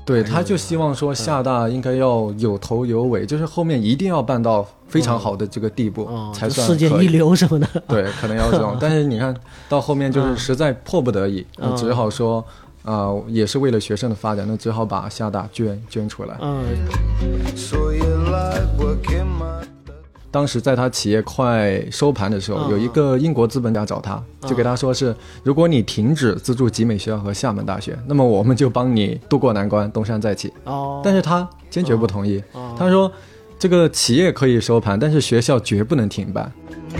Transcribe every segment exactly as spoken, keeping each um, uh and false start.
对，他就希望说厦大应该要有头有尾，嗯、就是后面一定要办到非常好的这个地步， 嗯、 才算世界一流什么的。 对，可能要这种。但是你看到后面就是实在迫不得已，嗯、只好说啊、呃，也是为了学生的发展，那只好把厦大捐捐出来。嗯。当时在他企业快收盘的时候，有一个英国资本家找他，就给他说是，如果你停止资助集美学校和厦门大学，那么我们就帮你渡过难关，东山再起。但是他坚决不同意，他说这个企业可以收盘，但是学校绝不能停办。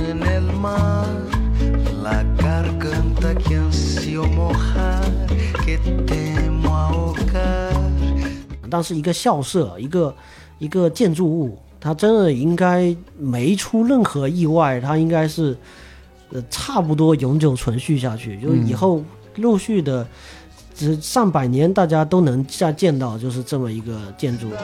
当时一个校舍，一个一个建筑物，它真的应该没出任何意外，它应该是呃差不多永久存续下去，就是以后陆续的只上百年大家都能再见到就是这么一个建筑。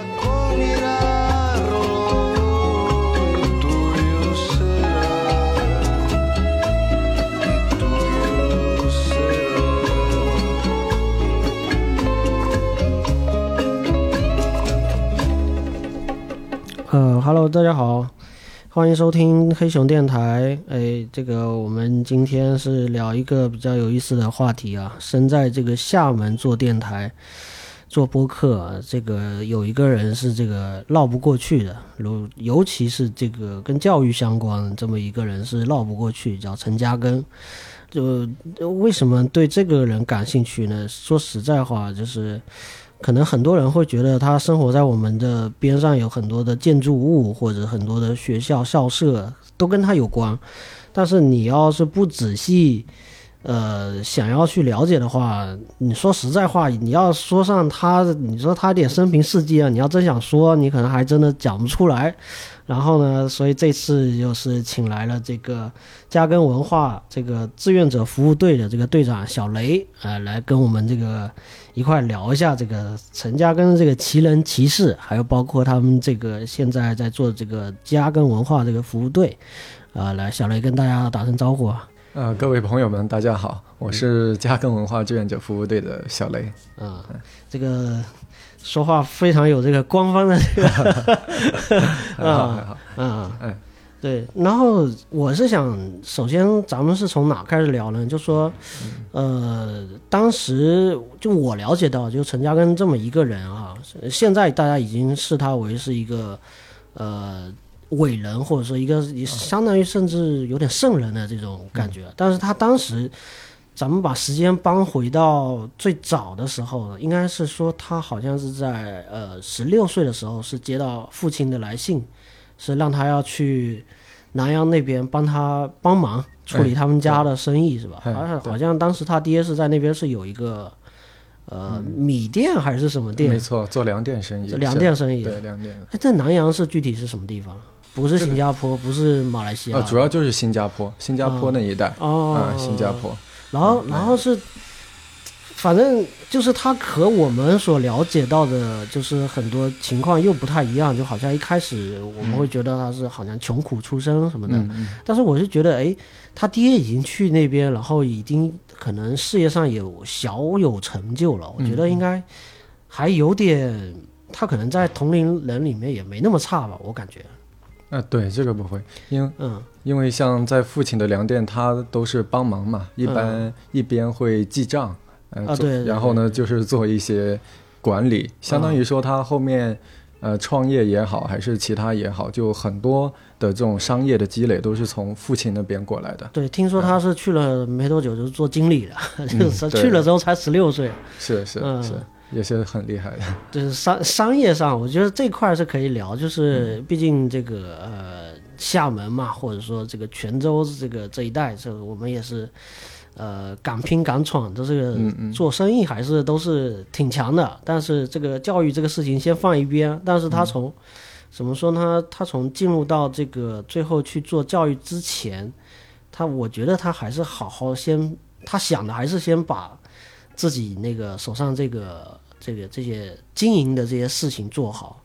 呃 ，Hello， 大家好，欢迎收听黑熊电台。哎，这个我们今天是聊一个比较有意思的话题啊。身在这个厦门做电台、做播客，这个有一个人是这个绕不过去的，尤其是这个跟教育相关这么一个人是绕不过去，叫陈嘉庚。就为什么对这个人感兴趣呢？说实在话，就是可能很多人会觉得他生活在我们的边上，有很多的建筑物或者很多的学校校舍都跟他有关，但是你要是不仔细呃想要去了解的话，你说实在话，你要说上他，你说他一点生平事迹啊，你要真想说，你可能还真的讲不出来。然后呢，所以这次就是请来了这个嘉庚文化这个志愿者服务队的这个队长小雷，呃，来跟我们这个一块聊一下这个陈嘉庚这个奇人奇事，还有包括他们这个现在在做这个嘉庚文化这个服务队。呃，来，小雷跟大家打声招呼啊。 呃，各位朋友们，大家好，我是嘉庚文化志愿者服务队的小雷。 啊、嗯，这个说话非常有这个官方的这个， 还好还好， 嗯嗯，对。然后我是想，首先咱们是从哪开始聊呢？就说，呃，当时就我了解到，就陈嘉庚这么一个人啊，现在大家已经视他为是一个，呃。伟人，或者说一个相当于甚至有点圣人的这种感觉，但是他当时咱们把时间搬回到最早的时候，应该是说他好像是在呃十六岁的时候是接到父亲的来信，是让他要去南阳那边帮他帮忙处理他们家的生意，是吧？而且好像当时他爹是在那边是有一个呃、嗯、米店还是什么店？ 没错，做粮店生意。 粮店生意， 对，粮店。 在南阳是具体是什么地方？不是新加坡，这个、不是马来西亚、 呃，主要就是新加坡，新加坡那一带。 哦， 嗯、新加坡。 然后，然后是，反正就是他和我们所了解到的，就是很多情况又不太一样，就好像一开始我们会觉得他是好像穷苦出身什么的， 嗯嗯、 但是我是觉得，哎，他爹已经去那边，然后已经可能事业上有小有成就了，我觉得应该还有点，他可能在同龄人里面也没那么差吧，我感觉。 啊，对，这个不会，因为嗯， 因为像在父亲的粮店，他都是帮忙嘛，一般一边会记账，呃， 啊对， 然后呢就是做一些管理，相当于说他后面呃创业也好，还是其他也好，就很多的这种商业的积累都是从父亲那边过来的。 对，听说他是去了没多久就做经理了，嗯、就是去了之后才十六岁， 是是嗯、 是。也是很厉害的， 就是商商业上，我觉得这块是可以聊，就是毕竟这个呃厦门嘛，或者说这个泉州这个这一带，这我们也是呃敢拼敢闯，都是做生意还是都是挺强的。但是这个教育这个事情先放一边，但是他从、嗯、怎么说呢？他从进入到这个最后去做教育之前，他我觉得他还是好好先，他想的还是先把自己那个手上这个。这个这些经营的这些事情做好，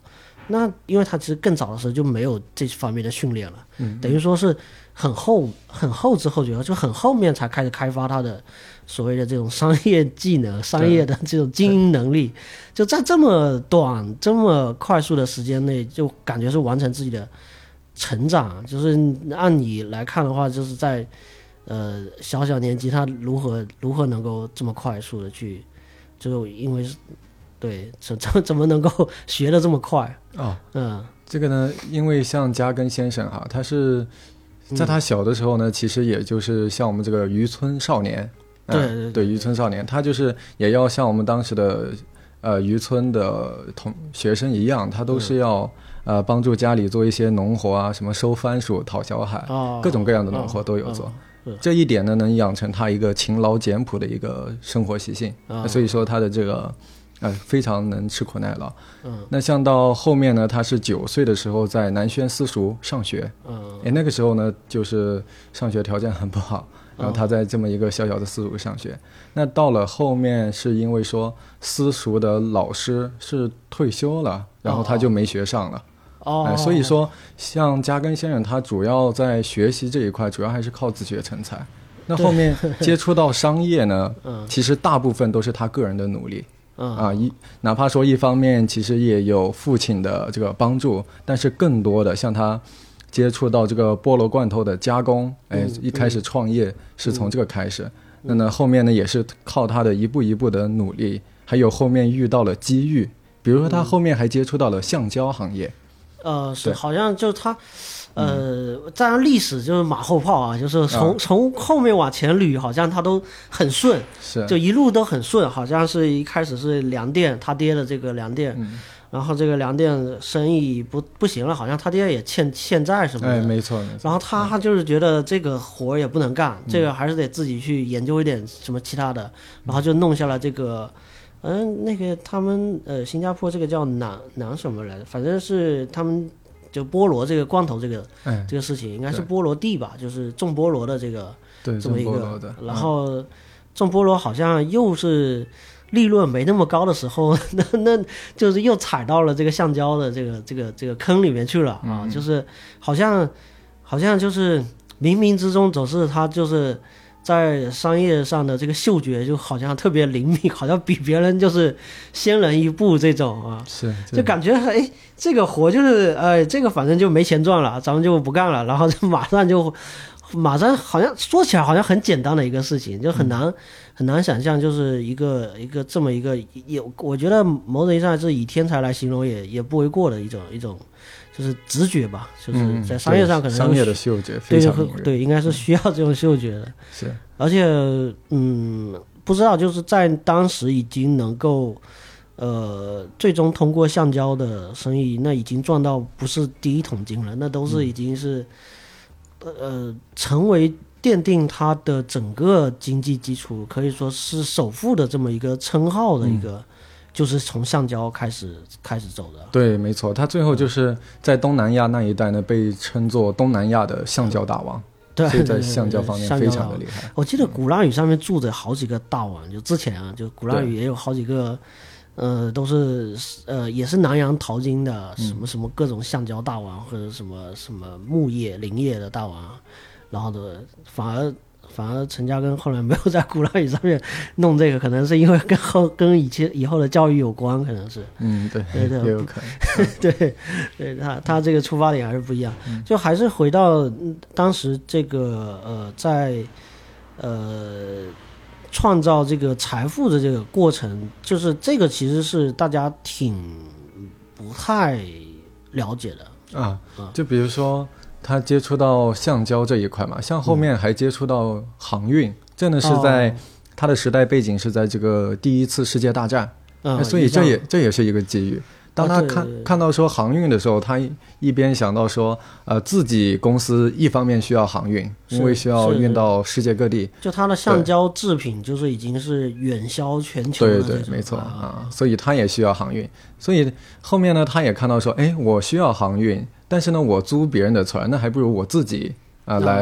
那因为他其实更早的时候就没有这方面的训练了， 嗯， 等于说是很后很后知后觉，就很后面才开始开发他的所谓的这种商业技能、商业的这种经营能力，就在这么短、这么快速的时间内，就感觉是完成自己的成长。就是按你来看的话，就是在呃小小年纪，他如何如何能够这么快速的去，就因为对怎怎么怎么能够学得这么快？ 哦， 嗯， 这个呢，因为像加根先生哈，他是在他小的时候呢，嗯、其实也就是像我们这个渔村少年。 对对对, 对, 对渔村少年，他就是也要像我们当时的呃渔村的同学生一样，他都是要、嗯、呃帮助家里做一些农活啊，什么收番薯、讨小海、哦，各种各样的农活都有做。哦、这一点呢，能养成他一个勤劳简朴的一个生活习性。哦、所以说他的这个呃非常能吃苦耐劳。嗯，那像到后面呢，他是九岁的时候在南宣私塾上学。嗯，哎，那个时候呢，就是上学条件很不好。然后他在这么一个小小的私塾上学、哦、那到了后面是因为说私塾的老师是退休了，然后他就没学上了。哦、哎，所以说像加根先生他主要在学习这一块主要还是靠自学成才。那后面接触到商业呢其实大部分都是他个人的努力。嗯、啊，一哪怕说一方面其实也有父亲的这个帮助，但是更多的像他接触到这个菠萝罐头的加工，哎，一开始创业是从这个开始，嗯、那呢后面呢也是靠他的一步一步的努力，还有后面遇到了机遇，比如说他后面还接触到了橡胶行业。 呃，是好像就他，呃，在按历史就是马后炮啊，就是从、啊、从后面往前捋，好像他都很顺， 是就一路都很顺，好像是一开始是粮店，他爹的这个粮店。嗯，然后这个粮店生意不不行了，好像他爹也欠欠债什么的。 哎，没错没错。 然后他他就是觉得这个活也不能干，嗯、这个还是得自己去研究一点什么其他的，然后就弄下了这个，嗯，那个他们呃新加坡这个叫南南什么来着，反正是他们就菠萝这个罐头这个、哎、这个事情，应该是菠萝地吧，就是种菠萝的这个对这么一个， 种菠萝的然后种菠萝好像又是。利润没那么高的时候，那那就是又踩到了这个橡胶的这个这个这个坑里面去了啊！嗯、就是好像好像就是冥冥之中总是他就是在商业上的这个嗅觉就好像特别灵敏，好像比别人就是先人一步这种啊， 是就感觉哎这个活就是哎这个反正就没钱赚了，咱们就不干了，然后就马上就。马上好像说起来好像很简单的一个事情，就很难、嗯、很难想象，就是一个一个这么一个也，我觉得某种意义上是以天才来形容也也不为过的一种一种，就是直觉吧，就是在商业上可能、 嗯、商业的嗅觉非常敏锐， 对对，应该是需要这种嗅觉的。 是， 而且嗯，不知道就是在当时已经能够。呃，最终通过橡胶的生意，那已经赚到不是第一桶金了，那都是已经是。嗯呃，成为奠定他的整个经济基础，可以说是首富的这么一个称号的一个，嗯、就是从橡胶开始开始走的。 对，没错，他最后就是在东南亚那一带呢，被称作东南亚的橡胶大王。 对， 所以在橡胶方面非常的厉害。 我记得鼓浪屿上面住着好几个大王，就之前啊，就鼓浪屿也有好几个。呃，都是呃，也是南洋淘金的，什么什么各种橡胶大王，或者什么什么木业、林业的大王，然后的反而反而陈嘉庚后来没有在鼓浪屿上面弄这个，可能是因为跟后跟以前以后的教育有关，可能是， 嗯，对， 对对， 也有可能， 对对，他他这个出发点还是不一样，嗯、就还是回到当时这个呃，在呃。创造这个财富的这个过程，就是这个其实是大家挺不太了解的啊。就比如说他接触到橡胶这一块嘛，像后面还接触到航运，真的是在他的时代背景是在这个第一次世界大战， 嗯、 所以这也这也是一个机遇。当他看、啊、看到说航运的时候，他一边想到说，呃，自己公司一方面需要航运，因为需要运到世界各地， 就他的橡胶制品就是已经是远销全球的， 对对，没错啊，所以他也需要航运。所以后面呢，他也看到说，哎，我需要航运，但是呢，我租别人的船，那还不如我自己啊、呃、来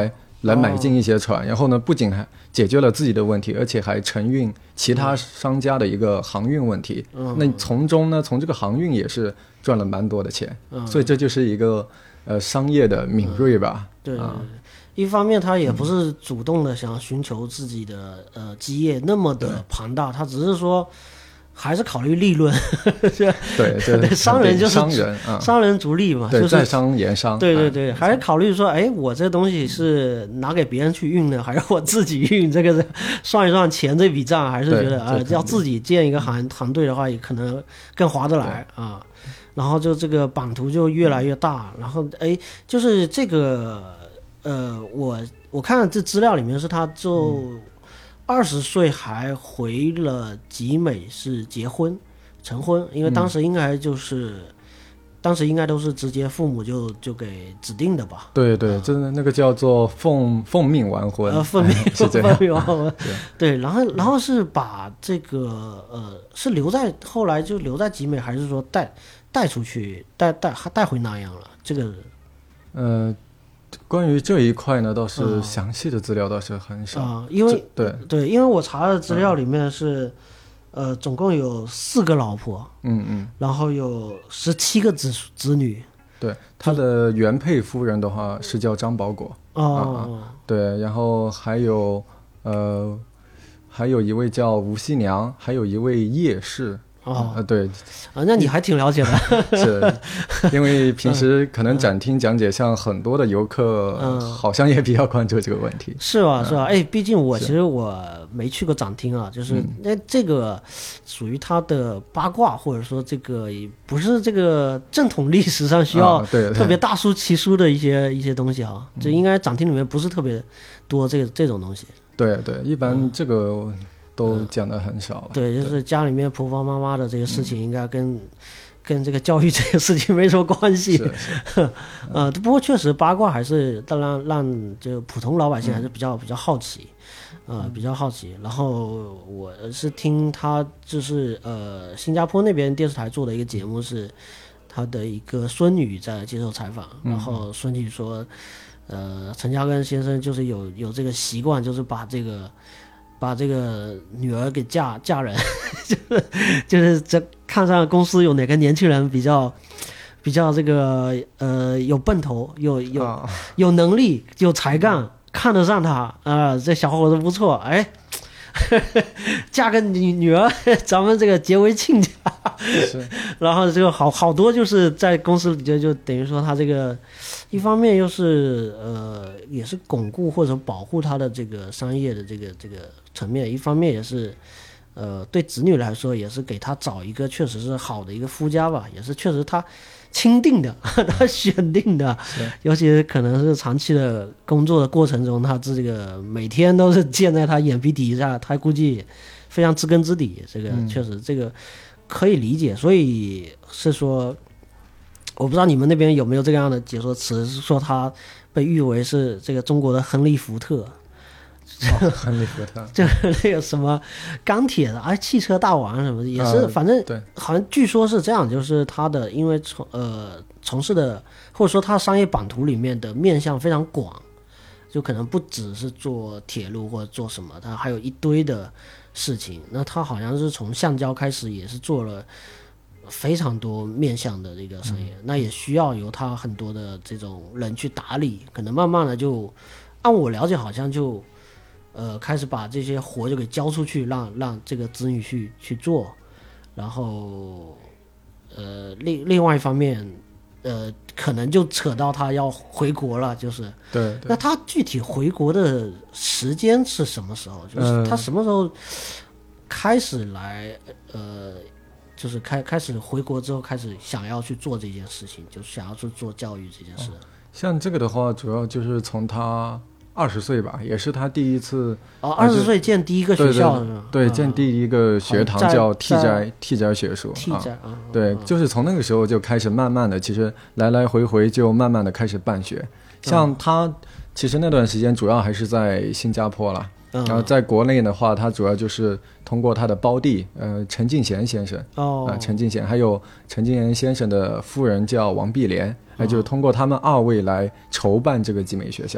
来买进一些船，哦、然后呢，不仅还解决了自己的问题，而且还承运其他商家的一个航运问题。嗯、那从中呢，从这个航运也是赚了蛮多的钱，嗯、所以这就是一个呃商业的敏锐吧。 嗯、对。 啊一方面，他也不是主动的想要寻求自己的、嗯、呃基业那么的庞大，他只是说还是考虑利润。 对对对， 商人就是商人，嗯、 商人逐利嘛， 对， 就是在商言商。 对对对， 嗯、 还是考虑说，哎，我这东西是拿给别人去运呢，还是我自己运？这个算一算钱这笔账，还是觉得啊、呃，要自己建一个航航队的话，也可能更划得来啊。然后就这个版图就越来越大，然后哎，就是这个。呃，我我看这资料里面是他就二十岁还回了集美是结婚成婚，因为当时应该就是、嗯、当时应该都是直接父母就就给指定的吧？ 对对，真的、呃、那个叫做奉奉命完婚， 呃，奉命是这样， 奉命完婚，对，对，然后然后是把这个呃是留在后来就留在集美，还是说带带出去带带带回南洋了？这个呃。关于这一块呢，倒是详细的资料倒是很少啊、嗯，因为对对，因为我查的资料里面是，嗯、呃，总共有四个老婆， 嗯嗯， 然后有十七个子子女。 对，他的原配夫人的话是叫张保果哦、 啊，对，然后还有呃，还有一位叫吴熙娘，还有一位叶氏。 哦、 呃，对， 啊，那你还挺了解的， 是，因为平时可能展厅讲解，像很多的游客，嗯，好像也比较关注这个问题， 嗯、是吧？是吧？哎，毕竟我其实我没去过展厅啊，就是那这个属于它的八卦，或者说这个不是这个正统历史上需要特别大书奇书的一些、啊、一些东西啊，这应该展厅里面不是特别多这个这种东西。 对对，一般这个。嗯都讲的很少了、 嗯，对，就是家里面婆婆妈妈的这个事情，应该跟、嗯、跟这个教育这个事情没什么关系。 是是呃，不过确实八卦还是让让就普通老百姓还是比较、嗯、比较好奇，呃，比较好奇。然后我是听他就是呃新加坡那边电视台做的一个节目，是他的一个孙女在接受采访， 嗯、 然后孙女说，呃，陈嘉庚先生就是有有这个习惯，就是把这个。把这个女儿给嫁嫁人，就是就是这看上公司有哪个年轻人比较比较这个呃有奔头，有有、啊、有能力，有才干，看得上他啊、呃，这小伙子不错，哎，嫁个女女儿，咱们这个结为亲家。然后这个好好多就是在公司里就就等于说他这个一方面又是呃也是巩固或者保护他的这个商业的这个这个层面，一方面也是呃对子女来说也是给他找一个确实是好的一个夫家吧，也是确实他钦定的他选定的，尤其可能是长期的工作的过程中，他这个每天都是见在他眼皮底下，他估计非常知根知底，这个确实这个可以理解。所以是说我不知道你们那边有没有这样的解说词，是说他被誉为是这个中国的亨利福特。 哦、亨利福特就是那个什么钢铁的啊，汽车大王什么的，也是、呃、反正好像据说是这样，就是他的因为从呃从事的或者说他商业版图里面的面向非常广，就可能不只是做铁路或者做什么，他还有一堆的事情。那他好像是从橡胶开始也是做了非常多面向的这个商业、嗯、那也需要由他很多的这种人去打理，可能慢慢的就按我了解好像就呃，开始把这些活就给交出去，让让这个子女去去做，然后，呃，另另外一方面，呃，可能就扯到他要回国了，就是， 对，对那他具体回国的时间是什么时候？就是他什么时候开始来，呃，就是开开始回国之后开始想要去做这件事情，就是想要去做教育这件事。哦、 像这个的话，主要就是从他。二十岁吧，也是他第一次哦，二十岁建第一个学校是吧？ 对，对，对、嗯，建第一个学堂叫替斋替斋学术。 替斋啊， 对，就是从那个时候就开始慢慢的，其实来来回回就慢慢的开始办学。像他其实那段时间主要还是在新加坡啦，嗯、然后在国内的话，他主要就是通过他的胞弟呃陈敬贤先生哦，呃陈敬贤还有陈敬贤先生的夫人叫王碧莲，哎、嗯，就是通过他们二位来筹办这个集美学校。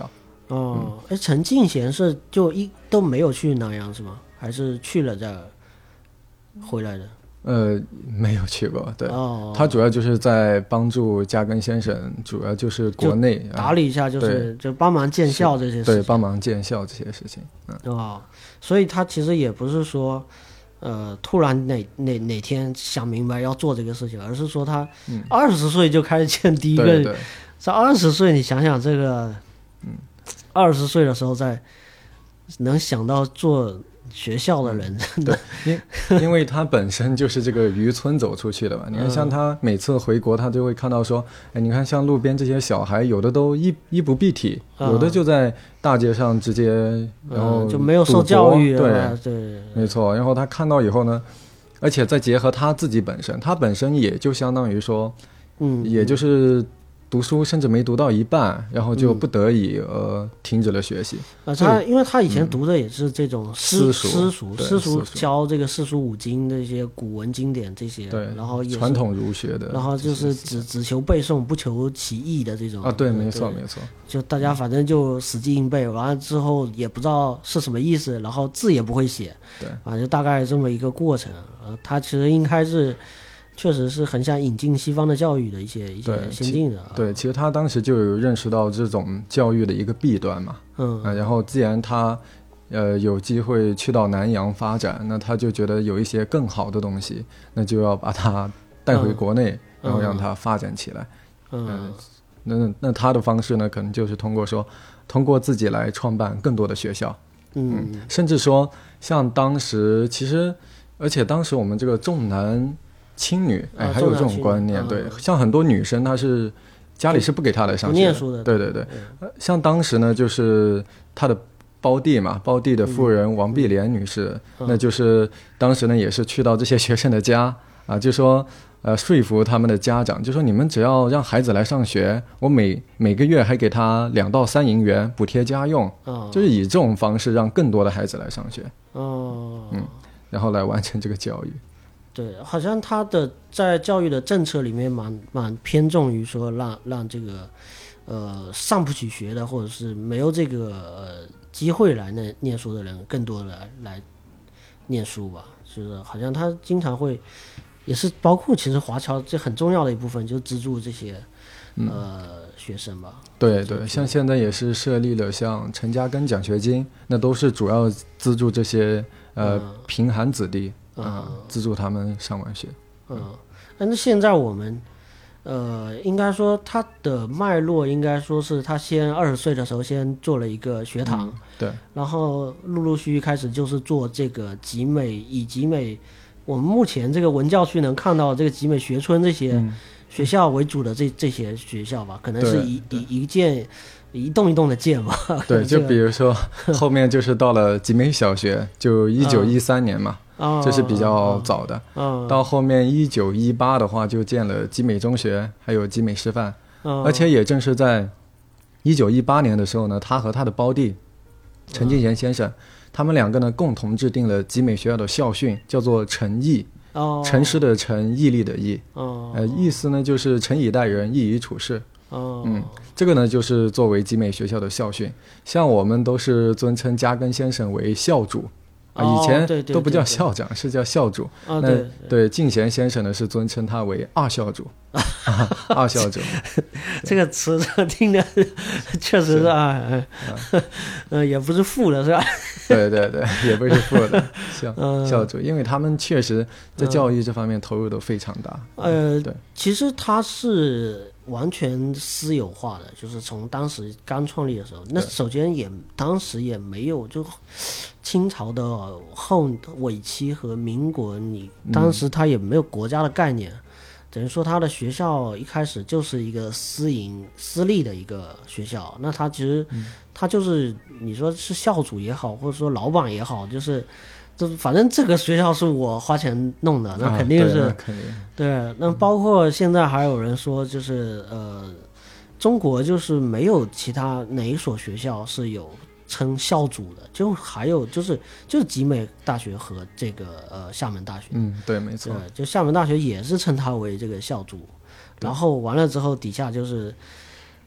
哦，哎、嗯，陈敬贤是就一都没有去南洋是吗？还是去了再回来的？ 呃，没有去过，对， 哦， 他主要就是在帮助加根先生，主要就是国内打理一下，就是就帮忙见效这些事情， 对，帮忙见效这些事情，嗯， 哦，所以他其实也不是说，呃，突然哪哪哪天想明白要做这个事情，而是说他二十岁就开始见第一个， 对对， 在二十岁，你想想这个，嗯，二十岁的时候在能想到做学校的人，真的， 因因为他本身就是这个渔村走出去的嘛。你看，像他每次回国，他就会看到说，哎，你看像路边这些小孩，有的都衣衣不蔽体，有的就在大街上直接，然后、 嗯、就没有受教育， 对对， 没错。然后他看到以后呢，而且再结合他自己本身，他本身也就相当于说， 嗯， 也就是读书甚至没读到一半，然后就不得已、嗯、呃停止了学习。 啊，他因为他以前读的也是这种私私塾，私塾教这个四书五经这些古文经典这些， 对， 然后也传统儒学的， 然后就是只只求背诵不求其义的这种啊，对，没错没错， 就大家反正就死记硬背，完了之后也不知道是什么意思，然后字也不会写， 对， 啊，就大概这么一个过程。呃，他其实应该是。确实是很想引进西方的教育的一些一些先进的、啊、 对，其实他当时就有认识到这种教育的一个弊端嘛， 嗯、 啊，然后既然他呃有机会去到南洋发展，那他就觉得有一些更好的东西，那就要把它带回国内，嗯、然后让它发展起来。 嗯， 呃、那那他的方式呢，可能就是通过说，通过自己来创办更多的学校， 嗯， 嗯甚至说像当时其实，而且当时我们这个重男轻女，哎， 啊、 还有这种观念，对，像很多女生她是家里是不给她来上学的， 不念书的， 对对对，呃、像当时呢，就是她的胞弟嘛，胞弟的夫人王碧莲女士， 嗯、 那就是当时呢也是去到这些学生的家啊，就说呃说服他们的家长，就说你们只要让孩子来上学，我每每个月还给他两到三银元补贴家用， 嗯、 就是以这种方式让更多的孩子来上学， 哦， 嗯，然后来完成这个教育。 对，好像他的在教育的政策里面蛮蛮偏重于说让让这个呃上不起学的或者是没有这个呃机会来念念书的人更多的来来念书吧，就是好像他经常会也是包括其实华侨这很重要的一部分就是资助这些呃、嗯、学生吧。 对对，像现在也是设立了像陈嘉庚奖学金，那都是主要资助这些呃、嗯、贫寒子弟。啊、嗯，资助他们上完学。 嗯，那现在我们，呃，应该说它的脉络，应该说是他先二十岁的时候先做了一个学堂， 嗯、对， 然后陆陆续续开始就是做这个集美，以集美，我们目前这个文教区能看到这个集美学村这些学校为主的这、嗯、这些学校吧，可能是一一一件。一栋一栋的建嘛， 对，就比如说后面就是到了集美小学，就一九一三年嘛， 嗯、 这是比较早的。 嗯、 到后面一九一八的话，就建了集美中学，还有集美师范。 嗯、 而且也正是在一九一八年的时候呢，他和他的胞弟陈敬贤先生，嗯、他们两个呢共同制定了集美学校的校训，叫做诚毅。 哦， 诚实的诚，毅力的毅。 哦， 呃，意思呢就是诚以待人，义以处事。 哦， 嗯，这个呢就是作为集美学校的校训，像我们都是尊称嘉庚先生为校主，啊、 哦， 以前都不叫校长，是叫校主。 哦、 那对对，敬贤先生呢是尊称他为二校主，啊、二校主。 这个词听着确实是啊，嗯、呃，也不是负的是吧？ 对对对，也不是负的校、嗯、校主，因为他们确实在教育这方面投入都非常大。 呃， 对， 其实他是完全私有化的，就是从当时刚创立的时候，那首先也当时也没有就清朝的后尾期和民国，你当时他也没有国家的概念。嗯，等于说他的学校一开始就是一个私营私立的一个学校，那他其实他就是你说是校主也好，或者说老板也好，就是就反正这个学校是我花钱弄的，那肯定是、 啊、对, 对。那包括现在还有人说，就是呃，中国就是没有其他哪一所学校是有称校主的，就还有就是就是集美大学和这个呃厦门大学， 嗯，对，没错， 对，就厦门大学也是称它为这个校主，然后完了之后底下就是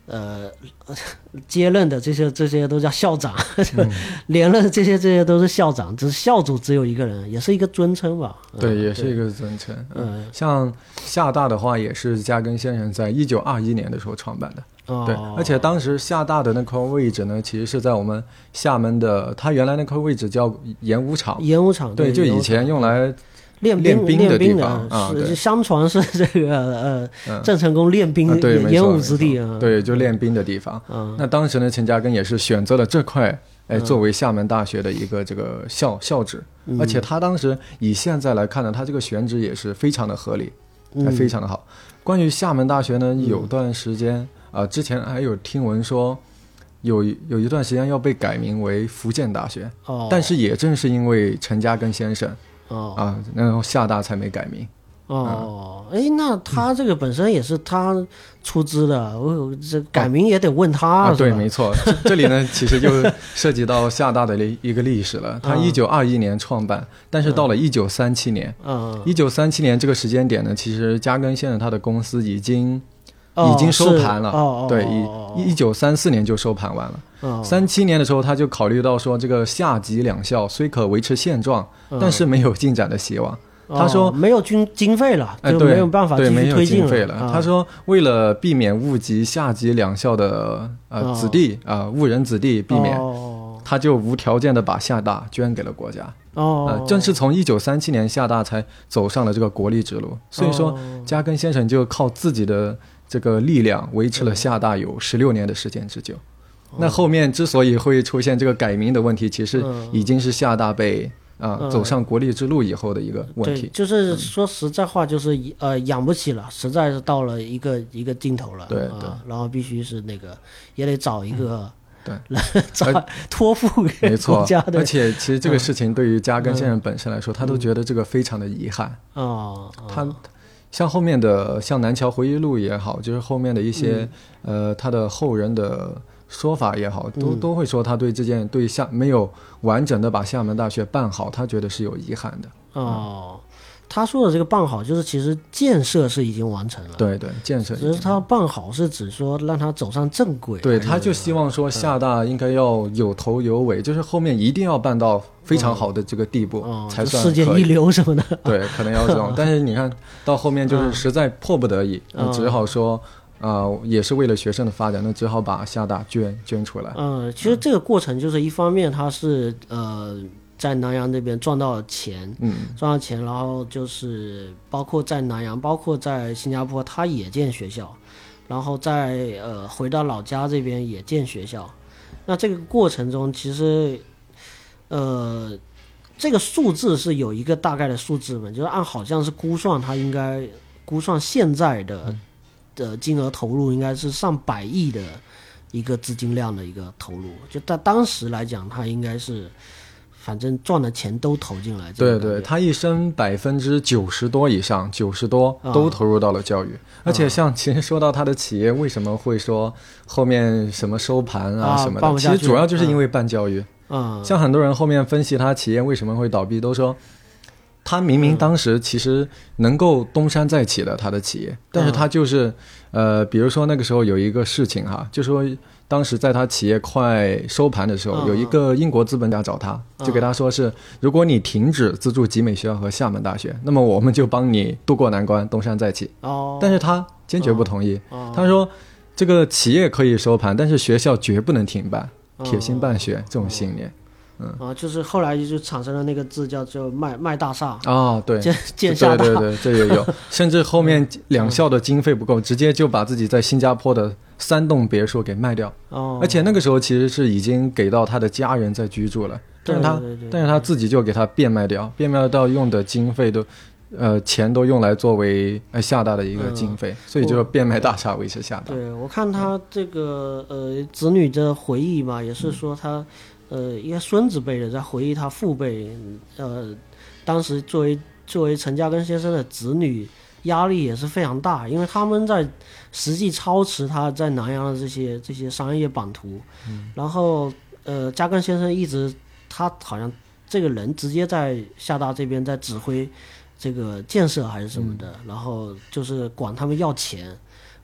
呃接任的这些这些都叫校长，嗯、连任这些这些都是校长，只是校主只有一个人，也是一个尊称吧？ 对， 嗯、 也是一个尊称。 嗯， 像厦大的话，也是加根先生在一九二一年的时候创办的。 哦、 对，而且当时厦大的那块位置呢，其实是在我们厦门的，它原来那块位置叫演武场。 演武场， 对，就以前用来练兵练的地方啊， 是相传是这个呃嗯、 郑成功练兵、 啊、对演武之地啊。对，就练兵的地方。 嗯， 那当时呢，陈嘉庚也是选择了这块，哎，作为厦门大学的一个这个校校址， 嗯、 而且他当时以现在来看呢，他这个选址也是非常的合理， 嗯、 非常的好。关于厦门大学呢，有段时间啊、呃，之前还有听闻说。有有一段时间要被改名为福建大学， 哦、 但是也正是因为陈嘉庚先生， 哦、 啊，然后厦大才没改名。 哦，哎、嗯，那他这个本身也是他出资的，我这改名也得问他、 啊。对，没错，这里呢其实就涉及到厦大的一个历史了。他一九二一年创办，但是到了一九三七年， 嗯， 一九三七年这个时间点呢，其实嘉庚先生他的公司已经。已经收盘了， 哦、 对，一一九三四年就收盘完了。三、哦、七年的时候，他就考虑到说，这个厦籍两校虽可维持现状，嗯、但是没有进展的希望。 哦、 他说没有经经费了，就没有办法继续推进了。 对，没有经费了。 啊、 他说，为了避免误及厦籍两校的呃、哦、子弟啊、呃、误人子弟，避免，哦、他就无条件的把厦大捐给了国家。 哦， 呃，正是从一九三七年厦大才走上了这个国力之路。所以说，嘉庚先生就靠自己的。这个力量维持了厦大有十六年的时间之久。嗯、那后面之所以会出现这个改名的问题，其实已经是厦大被啊、呃、走上国力之路以后的一个问题。 对，就是说实在话，就是呃养不起了，实在是到了一个一个尽头了。 对对、 呃，然后必须是那个也得找一个、 嗯、对找托付给国家的。 而且其实这个事情对于嘉庚先生本身来说，嗯、他都觉得这个非常的遗憾。 哦、嗯， 他。像后面的像南桥回忆录也好，就是后面的一些、嗯、呃他的后人的说法也好，都、嗯、都会说他对这件对厦没有完整的把厦门大学办好，他觉得是有遗憾的。 哦，嗯、他说的这个办好，就是其实建设是已经完成了。 对对，建设。 只是他办好是指说让他走上正轨。 对，他就希望说厦大应该要有头有尾，嗯、就是后面一定要办到非常好的这个地步、 嗯、 才算世界一流什么的。 对，可能要这种。但是你看到后面就是实在迫不得已，嗯、只好说啊、呃，也是为了学生的发展，那只好把厦大捐捐出来。 嗯，其实这个过程就是一方面他是呃。在南洋这边赚到钱， 嗯， 赚到钱，然后就是包括在南洋，包括在新加坡，他也建学校，然后在呃回到老家这边也建学校。那这个过程中，其实呃这个数字是有一个大概的数字嘛，就是按好像是估算，他应该估算现在的、嗯、的金额投入应该是上百亿的一个资金量的一个投入，就在当时来讲，他应该是。反正赚的钱都投进来， 对对，他一生百分之九十多以上，九十多都投入到了教育。嗯、而且像其实说到他的企业为什么会说后面什么收盘啊什么的， 啊、 其实主要就是因为办教育。 嗯， 像很多人后面分析他企业为什么会倒闭，都说他明明当时其实能够东山再起的他的企业，嗯、但是他就是呃，比如说那个时候有一个事情哈，就说。当时在他企业快收盘的时候， 嗯、 有一个英国资本家找他， 嗯、 就给他说是，如果你停止资助集美学校和厦门大学，那么我们就帮你渡过难关，东山再起。 哦， 但是他坚决不同意， 哦、 他说这个企业可以收盘，但是学校绝不能停办， 哦、 铁心办学这种信念。 嗯啊，就是后来就产生了那个字叫做卖卖大厦啊、哦，对， 建建厦大， 对对对，这也有，甚至后面两校的经费不够，直接就把自己在新加坡的三栋别墅给卖掉。 哦， 而且那个时候其实是已经给到他的家人在居住了，但是他对对对对但是他自己就给他变卖掉，变卖掉用的经费都。呃，钱都用来作为呃厦大的一个经费，嗯、所以就变卖大厦维持厦大。 对，我看他这个呃子女的回忆嘛，也是说他。呃，应该孙子辈的在回忆他父辈，呃，当时作为作为陈嘉庚先生的子女，压力也是非常大，因为他们在实际操持他在南洋的这些这些商业版图， 嗯、 然后呃，嘉庚先生一直他好像这个人直接在厦大这边在指挥这个建设还是什么的， 嗯、 然后就是管他们要钱。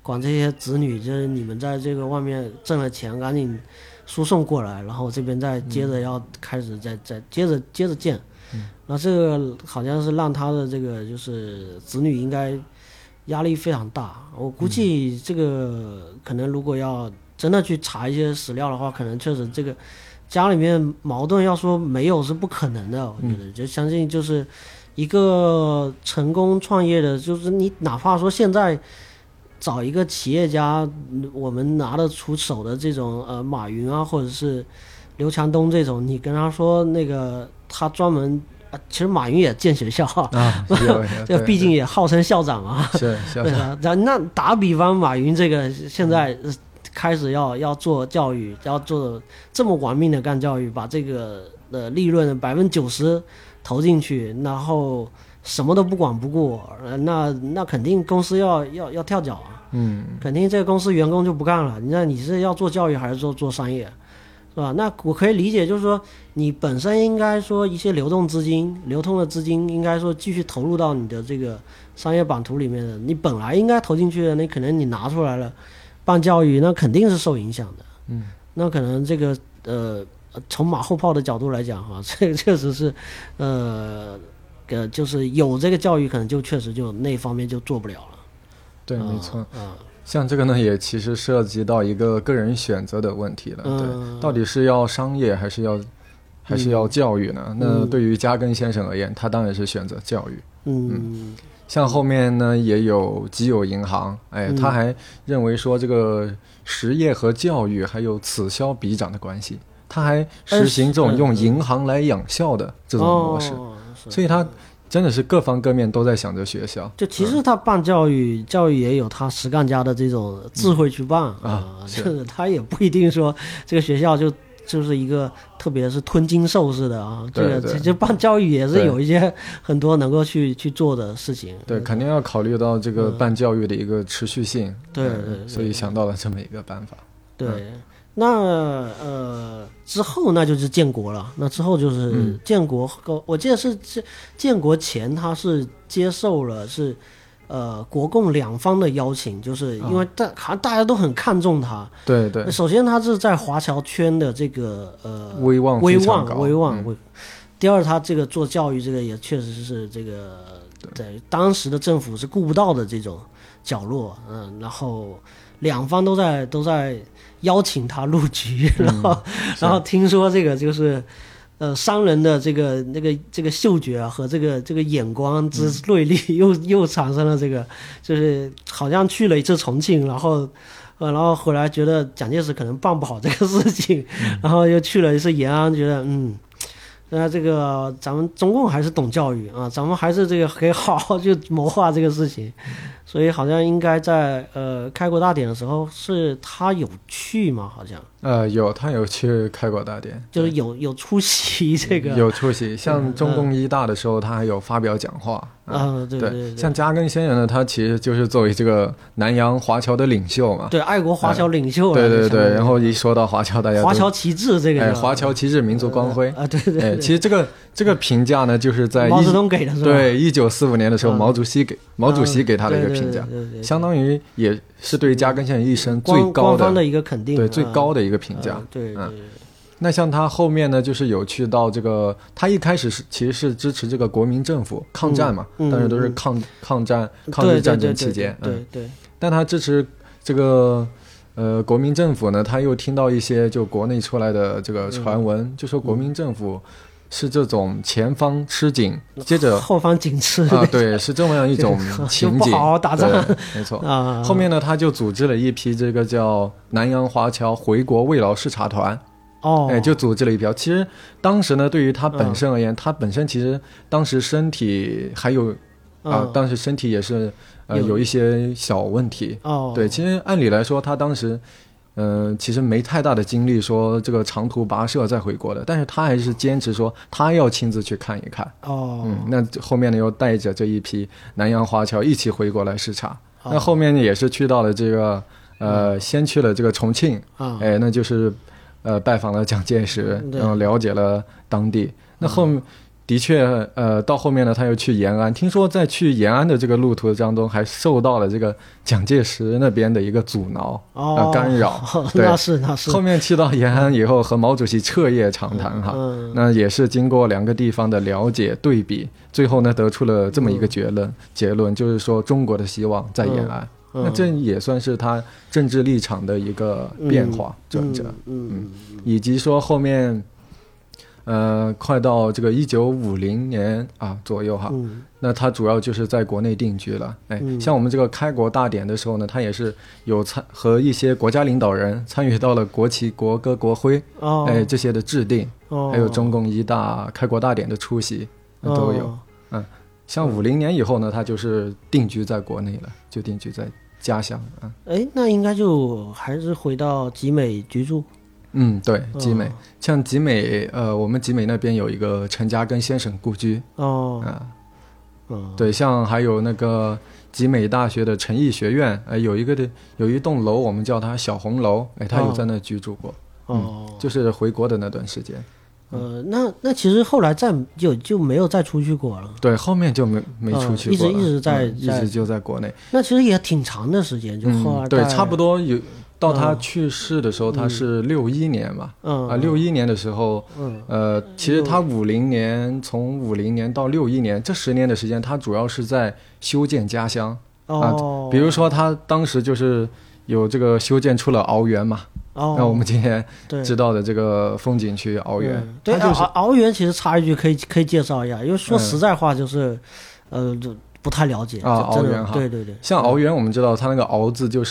管这些子女，就是你们在这个外面挣了钱，赶紧输送过来，然后这边再接着要开始再再接着接着建。嗯，那这个好像是让他的这个就是子女应该压力非常大。我估计这个可能如果要真的去查一些史料的话，可能确实这个家里面矛盾要说没有是不可能的。我觉得就相信就是一个成功创业的，就是你哪怕说现在找一个企业家，我们拿得出手的这种呃马云啊，或者是刘强东这种，你跟他说那个他专门，啊、其实马云也建学校啊， 这毕竟也号称校长啊， 是校长。 对啊，那打比方，马云这个现在开始要要做教育，要做这么玩命的干教育，把这个的利润百分之九十投进去，然后什么都不管不顾，那那肯定公司要要要跳脚啊， 嗯， 肯定这个公司员工就不干了。那你是要做教育还是做做商业？是吧？那我可以理解，就是说你本身应该说一些流动资金、流通的资金，应该说继续投入到你的这个商业版图里面的。你本来应该投进去的，那可能你拿出来了办教育，那肯定是受影响的。 嗯， 那可能这个呃，从马后炮的角度来讲哈，这个确实是呃，呃，就是有这个教育，可能就确实就那方面就做不了了。 对，没错。 啊、呃。 像这个呢，也其实涉及到一个个人选择的问题了。 嗯、 对，到底是要商业还是要还是要教育呢？ 嗯、 那对于加根先生而言，他当然是选择教育。 嗯， 嗯像后面呢也有基友银行，哎，他还认为说这个实业和教育还有此消彼长的关系，他还实行这种用银行来养校的这种模式， 哦、 所以他真的是各方各面都在想着学校。 就其实他办教育，嗯、教育也有他实干家的这种智慧去办、 嗯、啊， 就是他也不一定说这个学校就就是一个特别是吞金兽似的啊。这个其实办教育也是有一些很多能够去去做的事情。 对，肯定要考虑到这个办教育的一个持续性。 嗯、对, 对, 对， 所以想到了这么一个办法。 对。嗯那呃之后那就是建国了，那之后就是建国，嗯、我记得是建国前他是接受了是呃国共两方的邀请，就是因为大好像大家都很看重他。 对对。 首先他是在华侨圈的这个呃威望威望威望、 嗯、 第二他这个做教育这个也确实是这个在当时的政府是顾不到的这种角落，嗯，然后两方都在都在邀请他入局，然后、嗯、然后听说这个就是呃商人的这个那个这个嗅觉啊和这个这个眼光之锐利、嗯、又又产生了这个，就是好像去了一次重庆，然后呃然后回来觉得蒋介石可能办不好这个事情、嗯、然后又去了一次延安，觉得嗯那这个咱们中共还是懂教育啊，咱们还是这个可以好好去谋划这个事情，所以好像应该在呃开国大典的时候是他有去吗？好像呃有，他有去开国大典， 就是有有出席这个有出席，像中共一大的时候，他还有发表讲话啊、嗯，对对, 对, 对， 像加根先生呢，他其实就是作为这个南洋华侨的领袖嘛， 对，爱国华侨领袖、 呃，对对对，然后一说到华侨，大家华侨旗帜这个， 哎，华侨旗帜民族光辉、 呃、啊，对 对, 对， 哎，其实这个这个评价呢，就是在毛泽东给的是吧？ 对，一九四五年的时候，毛主席给、嗯、毛主席给他的一个评价， 对对对对对对， 相当于也是对加根先生一生最高的官方的一个肯定， 对，最高的一个评价， 嗯、对, 对, 对、嗯。 那像他后面呢，就是有去到这个，他一开始是其实是支持这个国民政府抗战嘛， 嗯、 但是都是抗、嗯、抗战抗日战争期间， 对 对, 对, 对, 对、 嗯，但他支持这个呃国民政府呢，他又听到一些就国内出来的这个传闻，嗯、就说国民政府是这种前方吃紧，嗯、接着后方紧吃啊，对，是这么样一种情景， 不好好打仗， 没错啊。 后面呢，他就组织了一批这个叫南洋华侨回国慰劳视察团。 哦， 哎，就组织了一票。其实当时呢，对于他本身而言，嗯、他本身其实当时身体还有啊、嗯，当时身体也是呃有, 有一些小问题。 哦， 对，其实按理来说，他当时嗯、呃，其实没太大的精力说这个长途跋涉再回国的，但是他还是坚持说他要亲自去看一看。 哦， 嗯，那后面呢又带着这一批南洋华侨一起回国来视察。哦、那后面也是去到了这个呃，嗯、先去了这个重庆。 啊、 哎，那就是。呃，拜访了蒋介石，然后了解了当地。嗯、那后的确，呃，到后面呢，他又去延安。听说在去延安的这个路途当中，还受到了这个蒋介石那边的一个阻挠、 哦呃、干扰。对， 那是那是。 后面去到延安以后，和毛主席彻夜长谈哈、嗯，那也是经过两个地方的了解对比，最后呢得出了这么一个结论，嗯、结论就是说中国的希望在延安。嗯、那这也算是他政治立场的一个变化转折，嗯，嗯嗯嗯以及说后面。呃，快到这个一九五零年啊左右哈、嗯，那他主要就是在国内定居了。哎、嗯，像我们这个开国大典的时候呢，他也是有参和一些国家领导人参与到了国旗、国歌、国徽，哦，哎这些的制定，哦，还有中共一大开国大典的出席、哦、都有。嗯，像五零年以后呢，他就是定居在国内了，就定居在家乡。嗯， 哎，那应该就还是回到集美居住。 嗯，对，集美、哦、像集美，呃，我们集美那边有一个陈嘉庚先生故居哦，啊、呃，哦，对，像还有那个集美大学的诚毅学院，哎、呃，有一个的有一栋楼，我们叫它小红楼，哎，他有在那居住过，哦、嗯，就是回国的那段时间。 呃，那那其实后来再就就没有再出去过了。 对，后面就没没出去过了、 呃、一直一直在、 嗯、一直就在国内。 那其实也挺长的时间，就后来、 嗯、对，差不多有。到他去世的时候，嗯、他是六一年嘛，嗯啊，六一年的时候，嗯呃，其实他五零年从五零年到六一年这十年的时间，他主要是在修建家乡、哦、啊，比如说他当时就是有这个修建出了敖园嘛，哦，那我们今天知道的这个风景区敖园， 对，对就是、敖园其实插一句可以可以介绍一下，因为说实在话就是，嗯、呃，就不太了解啊，敖园哈， 对对对， 像敖园我们知道他那个敖字就是。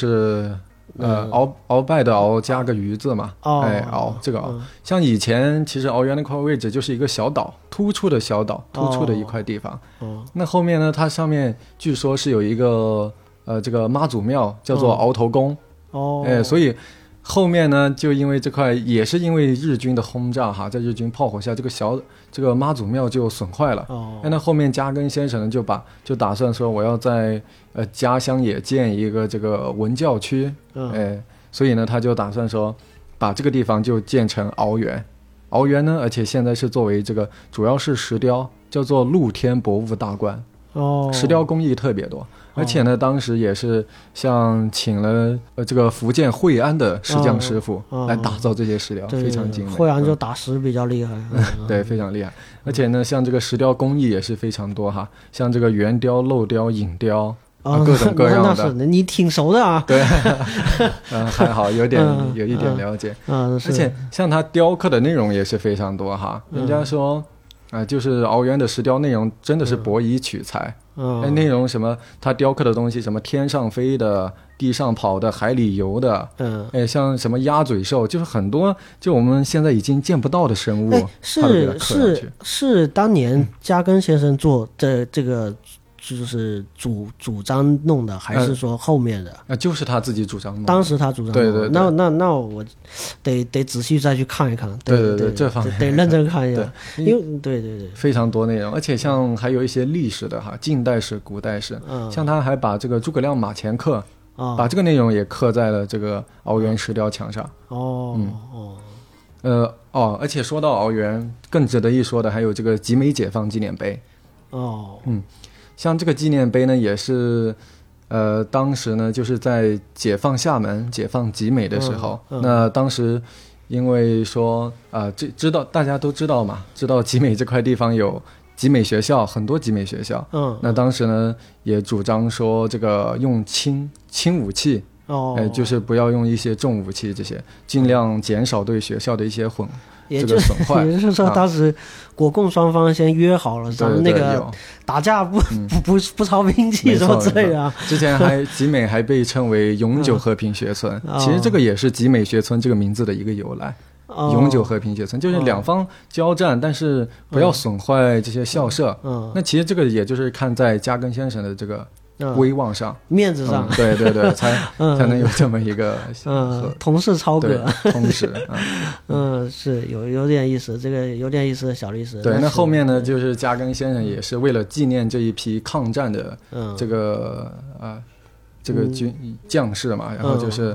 呃，鳌鳌拜的鳌加个鱼字嘛，哦、哎，鳌这个鳌、嗯，像以前其实鳌园那块位置就是一个小岛，突出的小岛，突出的一块地方。哦，那后面呢，它上面据说是有一个呃这个妈祖庙，叫做鳌头宫。哦，哎，所以后面呢，就因为这块也是因为日军的轰炸哈，在日军炮火下，这个小这个妈祖庙就损坏了。哦，哎，那后面嘉庚先生呢，就把就打算说我要在呃家乡也建一个这个文教区。嗯，哎，所以呢，他就打算说，把这个地方就建成鳌园。鳌园呢，而且现在是作为这个主要是石雕，叫做露天博物大观。哦，石雕工艺特别多，而且呢，当时也是像请了呃这个福建惠安的石匠师傅来打造这些石雕， 哦、 非常精美。 惠安就打石比较厉害， 嗯、对，非常厉害。而且呢，像这个石雕工艺也是非常多哈，像这个圆雕、镂雕、影雕。啊，各种各样的， 那是你挺熟的啊。 对，嗯，还好有点、嗯、有一点了解。嗯，而且像他雕刻的内容也是非常多哈。嗯、人家说，啊、呃，就是鳌园的石雕内容真的是博以取材。嗯，哎，内容什么？他雕刻的东西，什么天上飞的、地上跑的、海里游的，嗯，哎，像什么鸭嘴兽，就是很多就我们现在已经见不到的生物， 是是是，当年嘉庚先生做这这个。就是主主张弄的，还是说后面的？啊、 呃，就是他自己主张弄的。 当时他主张弄的。 对对对。 那那那我得得仔细再去看一看。对对对, 对，这方面得认真看一下。因为对对对， 非常多内容，而且像还有一些历史的哈，近代史、古代史，嗯，像他还把这个诸葛亮马前课，啊，把这个内容也刻在了这个鳌园石雕墙上。哦，嗯哦，呃哦，而且说到鳌园，更值得一说的还有这个集美解放纪念碑。哦，嗯。像这个纪念碑呢，也是，呃，当时呢，就是在解放厦门、解放集美的时候，嗯嗯、那当时因为说啊、呃，这知道大家都知道嘛，知道集美这块地方有集美学校，很多集美学校，嗯，那当时呢也主张说这个用轻轻武器，哦，哎，就是不要用一些重武器，这些尽量减少对学校的一些混。 也就、这个、损坏也就是说，当时国共双方先约好了，咱们那个打架不嗯、不不不操兵器什么之类的、啊。 之前还集美还被称为永久和平学村，嗯、其实这个也是集美学村这个名字的一个由来。哦、永久和平学村就是两方交战，哦、但是不要损坏这些校舍。嗯，那其实这个也就是看在嘉庚先生的这个。威望上、 嗯、面子上、 嗯、对对对才、嗯、才能有这么一个嗯同是超哥同时嗯, 嗯是有有点意思，这个有点意思的小历史。 对，那后面呢就是嘉庚先生也是为了纪念这一批抗战的这个、嗯、啊这个军将士嘛、嗯、然后就是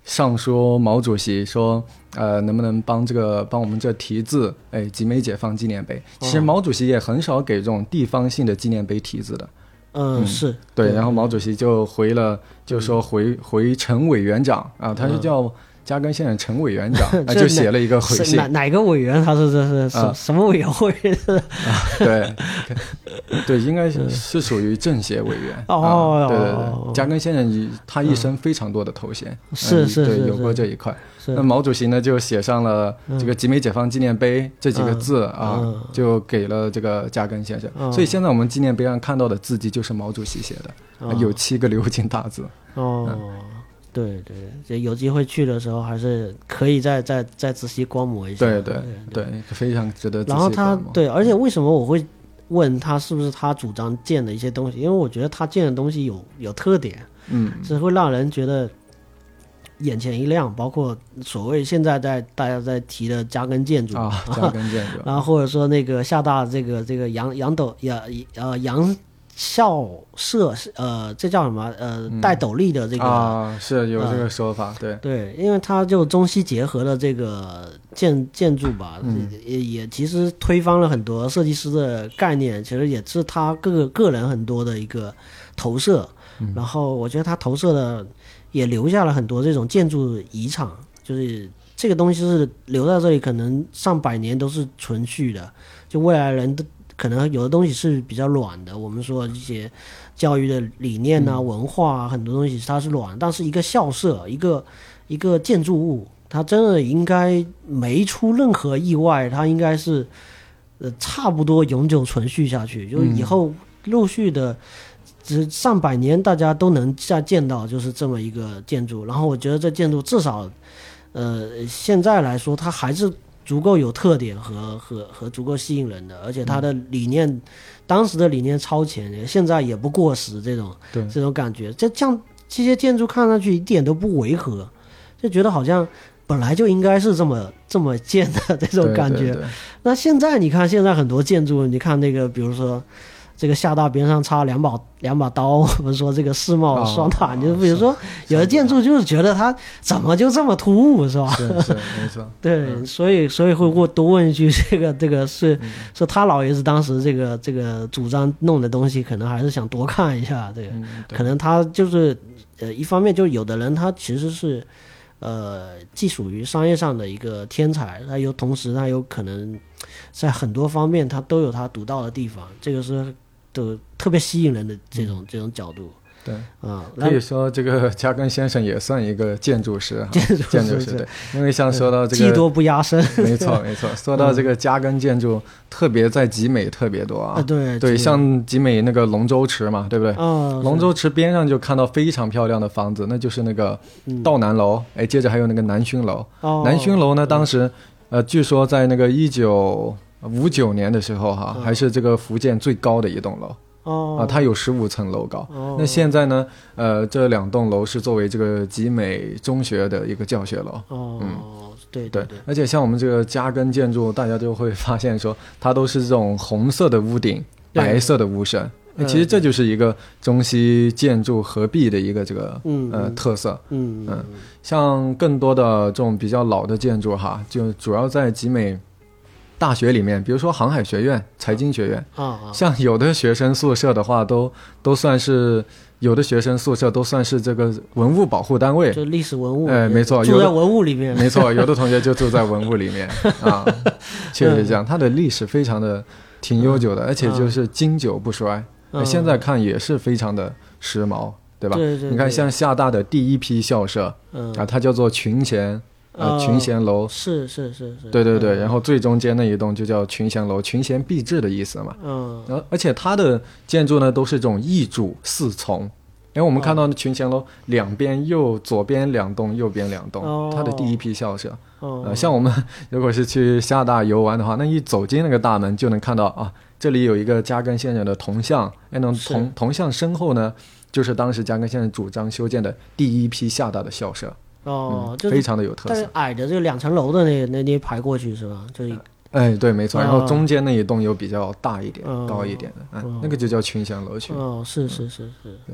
上书毛主席说，呃，能不能帮这个帮我们这题字，哎，集美解放纪念碑。其实毛主席也很少给这种地方性的纪念碑题字的。 嗯，是对，对然后毛主席就回了，就说回回陈委员长啊，他是叫嘉庚先生陈委员长，啊、就写了一个回信。 哪哪个委员？他是这是什、啊、什么委员会？ 啊、对对，应该是是属于政协委员。 哦、 啊，对对对，嘉庚先生他一生非常多的头衔， 嗯、是是是， 对，有过这一块。 是那毛主席呢，就写上了这个集美解放纪念碑、嗯、这几个字啊、 嗯， 就给了这个嘉庚先生、嗯。所以现在我们纪念碑上看到的字迹就是毛主席写的，嗯、有七个鎏金大字。 哦。嗯对对，有机会去的时候还是可以再再再仔细观摩一下。 对对 对, 对，非常值得仔细观摩。 然后他对，而且为什么我会问他是不是他主张建的一些东西？因为我觉得他建的东西有有特点， 嗯， 是会让人觉得眼前一亮。包括所谓现在在大家在提的嘉庚建筑啊，嘉庚建筑， 然后或者说那个厦大这个这个杨杨斗杨呃杨。校舍呃，这叫什么？呃，带斗笠的这个、 嗯、啊，是有这个说法，呃、对对，因为它就中西结合的这个建建筑吧， 嗯、 也也其实推翻了很多设计师的概念，其实也是他个个个人很多的一个投射。 嗯、 然后我觉得他投射的也留下了很多这种建筑遗产，就是这个东西是留在这里，可能上百年都是存续的，就未来人的。可能有的东西是比较软的，我们说一些教育的理念啊、嗯、文化啊，很多东西它是软，但是一个校舍、一个一个建筑物，它真的应该没出任何意外，它应该是呃差不多永久存续下去，就以后陆续的，只上百年大家都能再见到，就是这么一个建筑。然后我觉得这建筑至少，呃，现在来说它还是。足够有特点和和和足够吸引人的，而且它的理念，嗯、当时的理念超前，现在也不过时，这种这种感觉，这这样这些建筑看上去一点都不违和，就觉得好像本来就应该是这么这么建的这种感觉。 对对对， 那现在你看，现在很多建筑，你看那个，比如说。这个厦大边上插两把两把刀，我们说这个世贸双塔，你、哦、就比如说有的建筑就是觉得它怎么就这么突兀，是吧？ 是是没错。 对，嗯、所以所以会我多问一句，这个这个是、嗯、是他老爷子当时这个这个主张弄的东西，可能还是想多看一下，这个、嗯、可能他就是呃一方面就有的人他其实是呃既属于商业上的一个天才，他有同时他有可能在很多方面他都有他独到的地方，这个是。都特别吸引人的这种、嗯、这种角度， 对啊， 可以说这个嘉庚先生也算一个建筑师， 建筑师， 建筑师对，因为像说到这个技多不压身， 没错没错。说到这个嘉庚建筑，嗯、特别在集美特别多啊， 啊对对，像集美那个龙舟池嘛，对不对？ 啊， 龙舟池边上就看到非常漂亮的房子，那就是那个道南楼，嗯、哎，接着还有那个南薰楼。 哦、 南薰楼呢，当时呃，据说在那个一九五九年的时候哈、 嗯， 还是这个福建最高的一栋楼。 哦， 啊，它有十五层楼高。 哦， 那现在呢？呃，这两栋楼是作为这个集美中学的一个教学楼。 哦， 嗯， 对对对。而且像我们这个嘉庚建筑，大家就会发现说，它都是这种红色的屋顶，白色的屋身。其实这就是一个中西建筑合璧的一个这个、 嗯、 呃特色。 嗯嗯，像更多的这种比较老的建筑哈，就主要在集美大学里面，比如说航海学院、财经学院啊， 像有的学生宿舍的话，都都算是有的学生宿舍都算是这个文物保护单位， 就历史文物， 哎，没错， 住在文物里面， 没错，有的同学就住在文物里面啊，确实这样，它的历史非常的挺悠久的， 嗯、 而且就是经久不衰， 嗯、 现在看也是非常的时髦，对吧？ 对对对， 你看像厦大的第一批校舍， 嗯、 啊，它叫做群贤。呃，群贤楼、 哦、是是是是， 对对对、嗯，然后最中间那一栋就叫群贤楼，群贤毕至的意思嘛。 嗯， 然后而且它的建筑呢都是这种一主四从，因为我们看到群贤楼两边右左边两栋，右边两栋， 哦、 它的第一批校舍。 哦， 呃，像我们如果是去厦大游玩的话，那一走进那个大门就能看到啊，这里有一个嘉庚先生的铜像，哎，那铜铜像身后呢，就是当时嘉庚先生主张修建的第一批厦大的校舍。 哦、 嗯， 就是非常的有特色。 但是矮的这个两层楼的那那那排过去是吧？就是， 哎，对，没错。 哦、 然后中间那一栋又比较大一点、 哦、 高一点的，嗯、 哦， 那个就叫群贤楼群。 哦，是是是是。 对，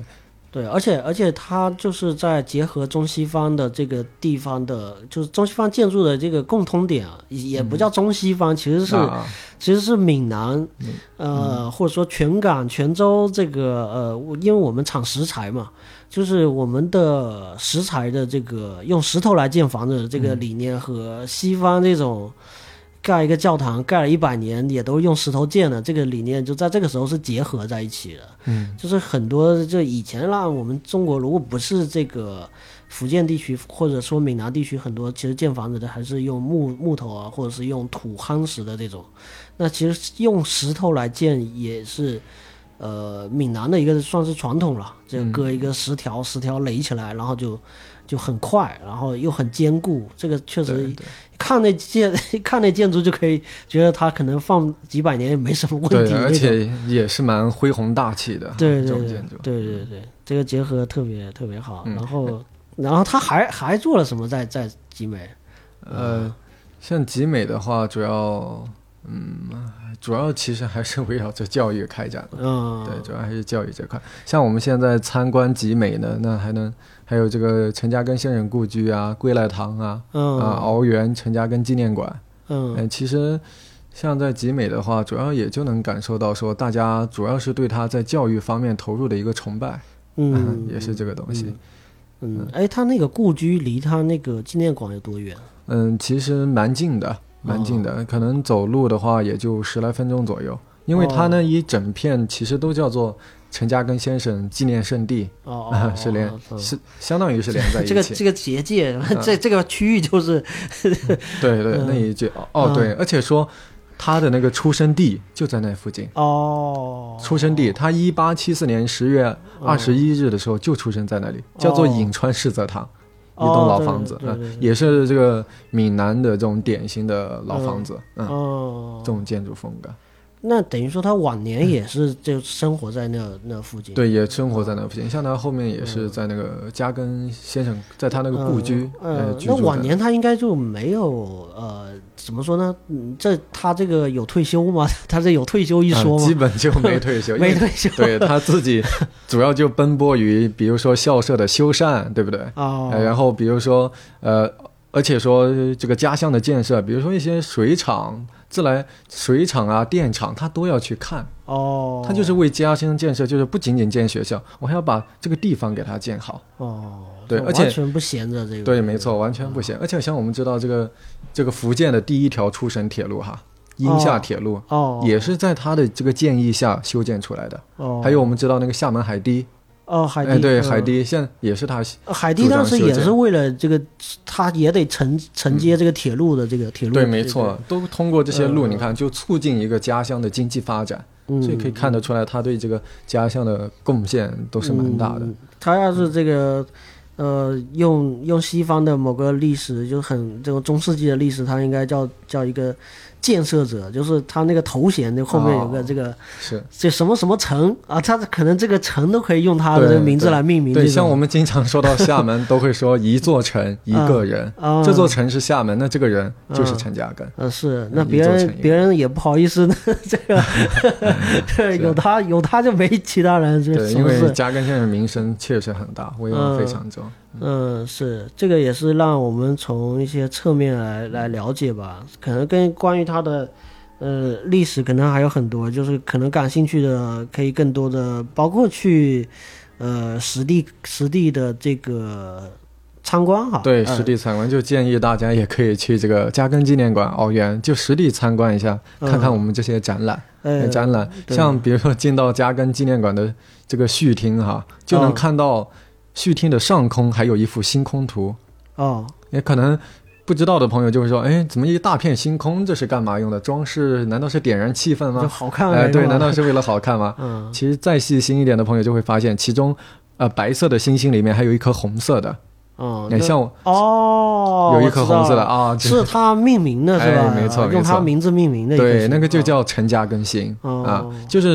对，而且而且它就是在结合中西方的这个地方的，就是中西方建筑的这个共通点啊，也不叫中西方，其实是、 啊、 其实是闽南， 嗯、 呃，或者说全港、泉州这个呃，因为我们产石材嘛，就是我们的石材的这个用石头来建房子的这个理念和西方这种。盖一个教堂盖了一百年也都用石头建的这个理念就在这个时候是结合在一起的。 嗯， 就是很多就以前让我们中国如果不是这个福建地区或者说闽南地区，很多其实建房子的还是用木木头啊，或者是用土夯实的这种，那其实用石头来建也是呃闽南的一个算是传统了，就搁一个石条、嗯、石条垒起来，然后就就很快，然后又很坚固，这个确实看那建看那建筑就可以觉得它可能放几百年也没什么问题， 对，而且也是蛮恢宏大气的。 对对这种建筑， 对对对，这个结合特别特别好。嗯、然后然后他还还做了什么在在集美？ 呃，像集美的话，主要嗯。主要其实还是围绕着教育开展的，嗯，对，主要还是教育这块。像我们现在参观集美呢，那还能还有这个陈嘉庚先生故居啊、归来堂啊、嗯、啊鳌园陈嘉庚纪念馆，嗯、呃，其实像在集美的话，主要也就能感受到说，大家主要是对他在教育方面投入的一个崇拜，嗯，也是这个东西。 嗯，哎、嗯，他那个故居离他那个纪念馆有多远？ 嗯，其实蛮近的。蛮近的，可能走路的话也就十来分钟左右，因为它呢、哦、一整片其实都叫做陈嘉庚先生纪念圣地，哦，哦是连、哦、是相当于是连在一起。 这个这个结界，嗯、这这个区域就是， 对对，那一句哦对，而且说他的那个出生地就在那附近哦，出生地他一八七四年十月二十一日的时候就出生在那里，哦、叫做颍川世泽堂。一栋老房子， 哦、 嗯，也是这个闽南的这种典型的老房子，嗯，嗯哦， 这种建筑风格。 那等于说他晚年也是就生活在那、嗯、那附近， 对，也生活在那附近。像他后面也是在那个嘉庚先生在他那个故居， 嗯， 呃呃、那晚年他应该就没有呃，怎么说呢？嗯，这他这个有退休吗？他这有退休一说吗？ 啊、基本就没退休， 没退休。 对他自己主要就奔波于，比如说校舍的修缮，对不对？ 哦、 呃，然后比如说呃，而且说这个家乡的建设，比如说一些水厂。自来水厂啊、电厂，他都要去看哦。 他就是为家乡建设，就是不仅仅建学校，我还要把这个地方给他建好哦。 对，而且完全不闲着这个。 对，没错，完全不闲。哦、而且像我们知道这个这个福建的第一条出省铁路哈，阴厦铁路哦， 也是在他的这个建议下修建出来的。哦，还有我们知道那个厦门海堤。 哦，海堤、 哎、对、 嗯、 海堤现在也是他海堤当时也是为了这个，他也得承承接这个铁路的这个铁路、 嗯、对，没错，都通过这些路、 嗯、 你看就促进一个家乡的经济发展、嗯、所以可以看得出来他对这个家乡的贡献都是蛮大的、 嗯、他要是这个呃用用西方的某个历史，就很这种中世纪的历史，他应该叫叫一个建设者，就是他那个头衔那后面有个这个、哦、 是这什么什么城啊，他可能这个城都可以用他的这个名字来命名。 对，对像我们经常说到厦门都会说一座城一个人、啊、这座城是厦门，那这个人就是陈嘉庚。 呃、啊，是那别人别人也不好意思这个对有他有他就没其他人。 对，因为嘉庚先生名声确实很大，威望非常重。 嗯，是这个也是让我们从一些侧面来来了解吧，可能跟关于他的呃历史可能还有很多，就是可能感兴趣的可以更多的包括去呃实地实地的这个参观哈。 对，实地参观、呃、就建议大家也可以去这个嘉庚纪念馆鳌园，就实地参观一下、嗯、看看我们这些展览、呃、展览像比如说进到嘉庚纪念馆的这个序厅哈，就能看到序厅的上空还有一幅星空图哦， 也可能不知道的朋友就会说，哎，怎么一大片星空，这是干嘛用的？装饰？难道是点燃气氛吗？ 就好看哎、呃，对，难道是为了好看吗？ 嗯， 其实再细心一点的朋友就会发现，其中呃白色的星星里面还有一颗红色的。 哦、 嗯，像我哦， 有一颗红色的啊， 是他命名的是吧？ 哎、没错， 用他名字命名的一颗星。 对，那个就叫陈嘉庚星、 哦、 啊，就是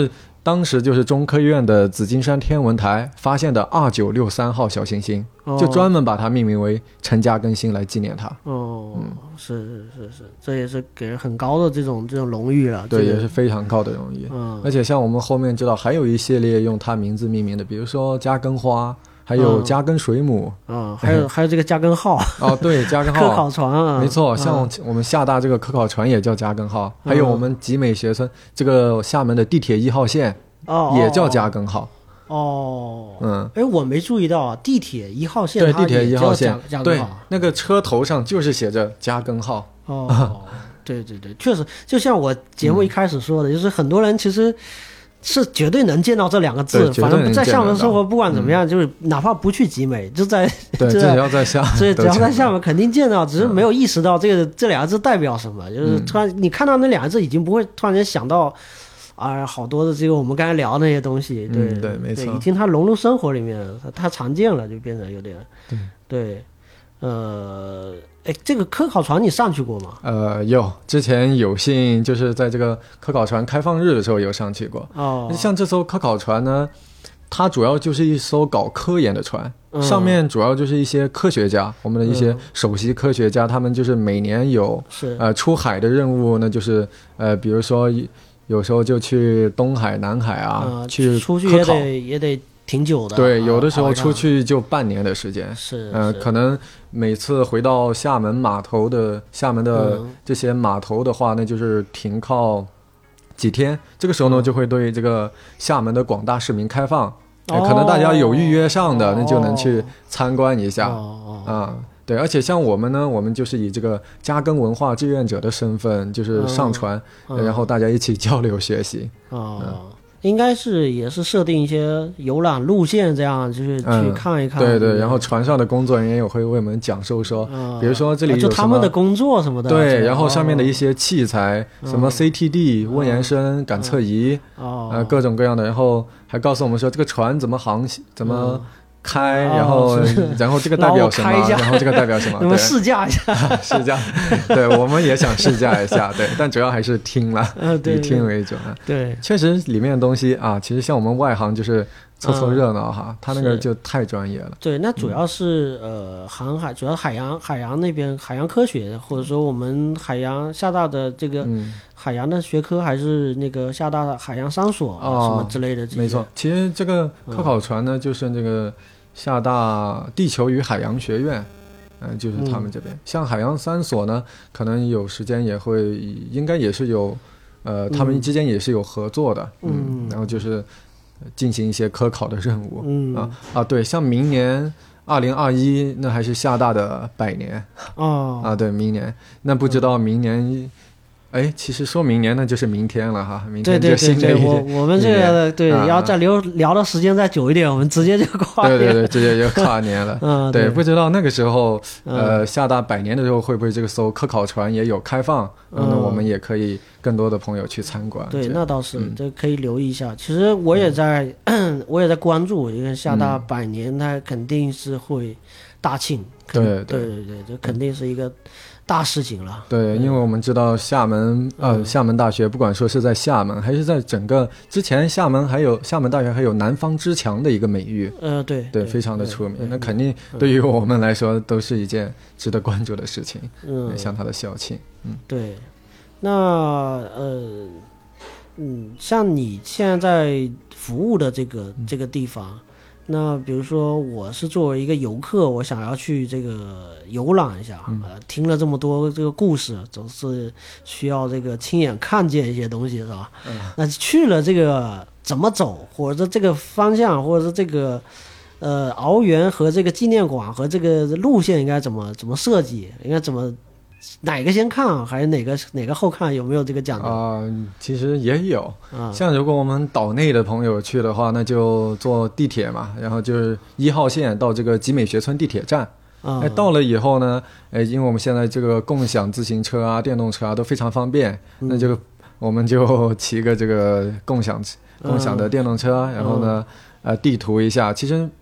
当时就是中科院的紫金山天文台发现的二九六三号小行星，哦、就专门把它命名为陈嘉庚星来纪念它。 哦，嗯、是是是是，这也是给人很高的这种这种荣誉了。 对， 这个、 也是非常高的荣誉。 嗯， 而且像我们后面知道还有一系列用它名字命名的，比如说嘉庚花。还有嘉庚水母， 嗯，还有还有这个嘉庚号， 哦，对，嘉庚号科考船啊， 没错，像我们厦大这个科考船也叫嘉庚号，还有我们集美学村这个厦门的地铁一号线，哦，也叫嘉庚号。 哦， 嗯， 哎，我没注意到啊，地铁一号线， 对，地铁一号线， 对， 那个车头上就是写着嘉庚号。 哦，对对对，确实，就像我节目一开始说的，嗯、就是很多人其实。是绝对能见到这两个字，反正在厦门生活，不管怎么样，嗯、就是哪怕不去集美，就在对，只要在厦， 所以只要在厦门肯定见到，只是没有意识到这个、嗯、这两个字代表什么。就是突然你看到那两个字，已经不会突然间想到啊，好多的这个我们刚才聊的那些东西，对、 嗯、对，没错， 已经它融入生活里面，它常见了，就变成有点对对，呃。哎，这个科考船你上去过吗？ 呃，有，之前有幸就是在这个科考船开放日的时候有上去过。 哦， 像这艘科考船呢，它主要就是一艘搞科研的船，嗯、上面主要就是一些科学家，我们的一些首席科学家，嗯、他们就是每年有是呃出海的任务，那就是呃，比如说有时候就去东海、南海啊， 呃、 去出去也得也得。挺久的， 对，有的时候出去就半年的时间， 是， 呃，可能每次回到厦门码头的厦门的这些码头的话，嗯、那就是停靠几天。这个时候呢，嗯、就会对这个厦门的广大市民开放， 哦、 可能大家有预约上的，哦、那就能去参观一下， 哦、 啊。对，而且像我们呢，我们就是以这个嘉庚文化志愿者的身份，就是上船， 嗯、 然后大家一起交流学习。 哦。 嗯应该是也是设定一些游览路线，这样就是去看一看。 嗯、对对，然后船上的工作人员也会为我们讲授说， 嗯、 比如说这里有什么、 啊、就他们的工作什么的。 对，然后上面的一些器材， 哦、 什么 C T D、嗯、温延伸、感测仪， 哦、 呃，各种各样的，然后还告诉我们说这个船怎么航行，怎么。 嗯开，然后、哦、然后这个代表什么？然后这个代表什么？ 我们试驾一下， 试驾。对，我们也想试驾一下，对，但主要还是听了， 嗯、对以听为主。 对， 确实里面的东西啊，其实像我们外行就是凑凑热闹哈， 嗯、 他那个就太专业了。 对，那主要是、嗯、呃航海，主要海洋海洋那边海洋科学，或者说我们海洋厦大的这个。 嗯海洋的学科还是那个厦大海洋商所、啊哦、 什么之类的这些， 没错。其实这个科考船呢，嗯、就是这个厦大地球与海洋学院，嗯、呃，就是他们这边。嗯、像海洋三所呢，可能有时间也会，应该也是有，呃，他们之间也是有合作的，嗯，嗯然后就是进行一些科考的任务， 嗯啊啊，对，像明年。二零二一那还是厦大的百年哦啊，对，明年那不知道明年。嗯哎，其实说明年那就是明天了哈，明天就新的一年。 对对对对，我我们这个对、啊、要再聊聊的时间再久一点，我们直接就跨年。 对对对，直接就跨年了。 嗯， 对，不知道那个时候，呃，厦大百年的时候会不会这个艘科考船也有开放？嗯，那我们也可以更多的朋友去参观。 对，那倒是，这可以留意一下。其实我也在，嗯、我也在关注，因为厦大百年它肯定是会大庆。 对对对对对，这肯定是一个。大事情了， 对，因为我们知道厦门，呃， 嗯、 厦门大学不管说是在厦门，还是在整个之前厦门还有厦门大学还有南方之强的一个美誉， 呃，对对， 对非常的出名。那肯定对于我们来说都是一件值得关注的事情。 嗯， 像他的校庆，嗯， 对。那呃，嗯，像你现在在服务的这个、嗯、这个地方。那比如说我是作为一个游客，我想要去这个游览一下， 嗯、 呃，听了这么多这个故事，总是需要这个亲眼看见一些东西，是吧？ 嗯、 那去了这个怎么走，或者这个方向，或者是这个呃鳌园和这个纪念馆和这个路线应该怎么怎么设计，应该怎么？哪个先看还是哪个哪个后看，有没有这个讲究啊、呃？其实也有、 啊， 像如果我们岛内的朋友去的话，那就坐地铁嘛，然后就是一号线到这个集美学村地铁站。 啊， 哎，到了以后呢，哎，因为我们现在这个共享自行车啊、电动车啊都非常方便， 嗯、 那就我们就骑个这个共享共享的电动车， 嗯、 然后呢，呃，地图一下，其实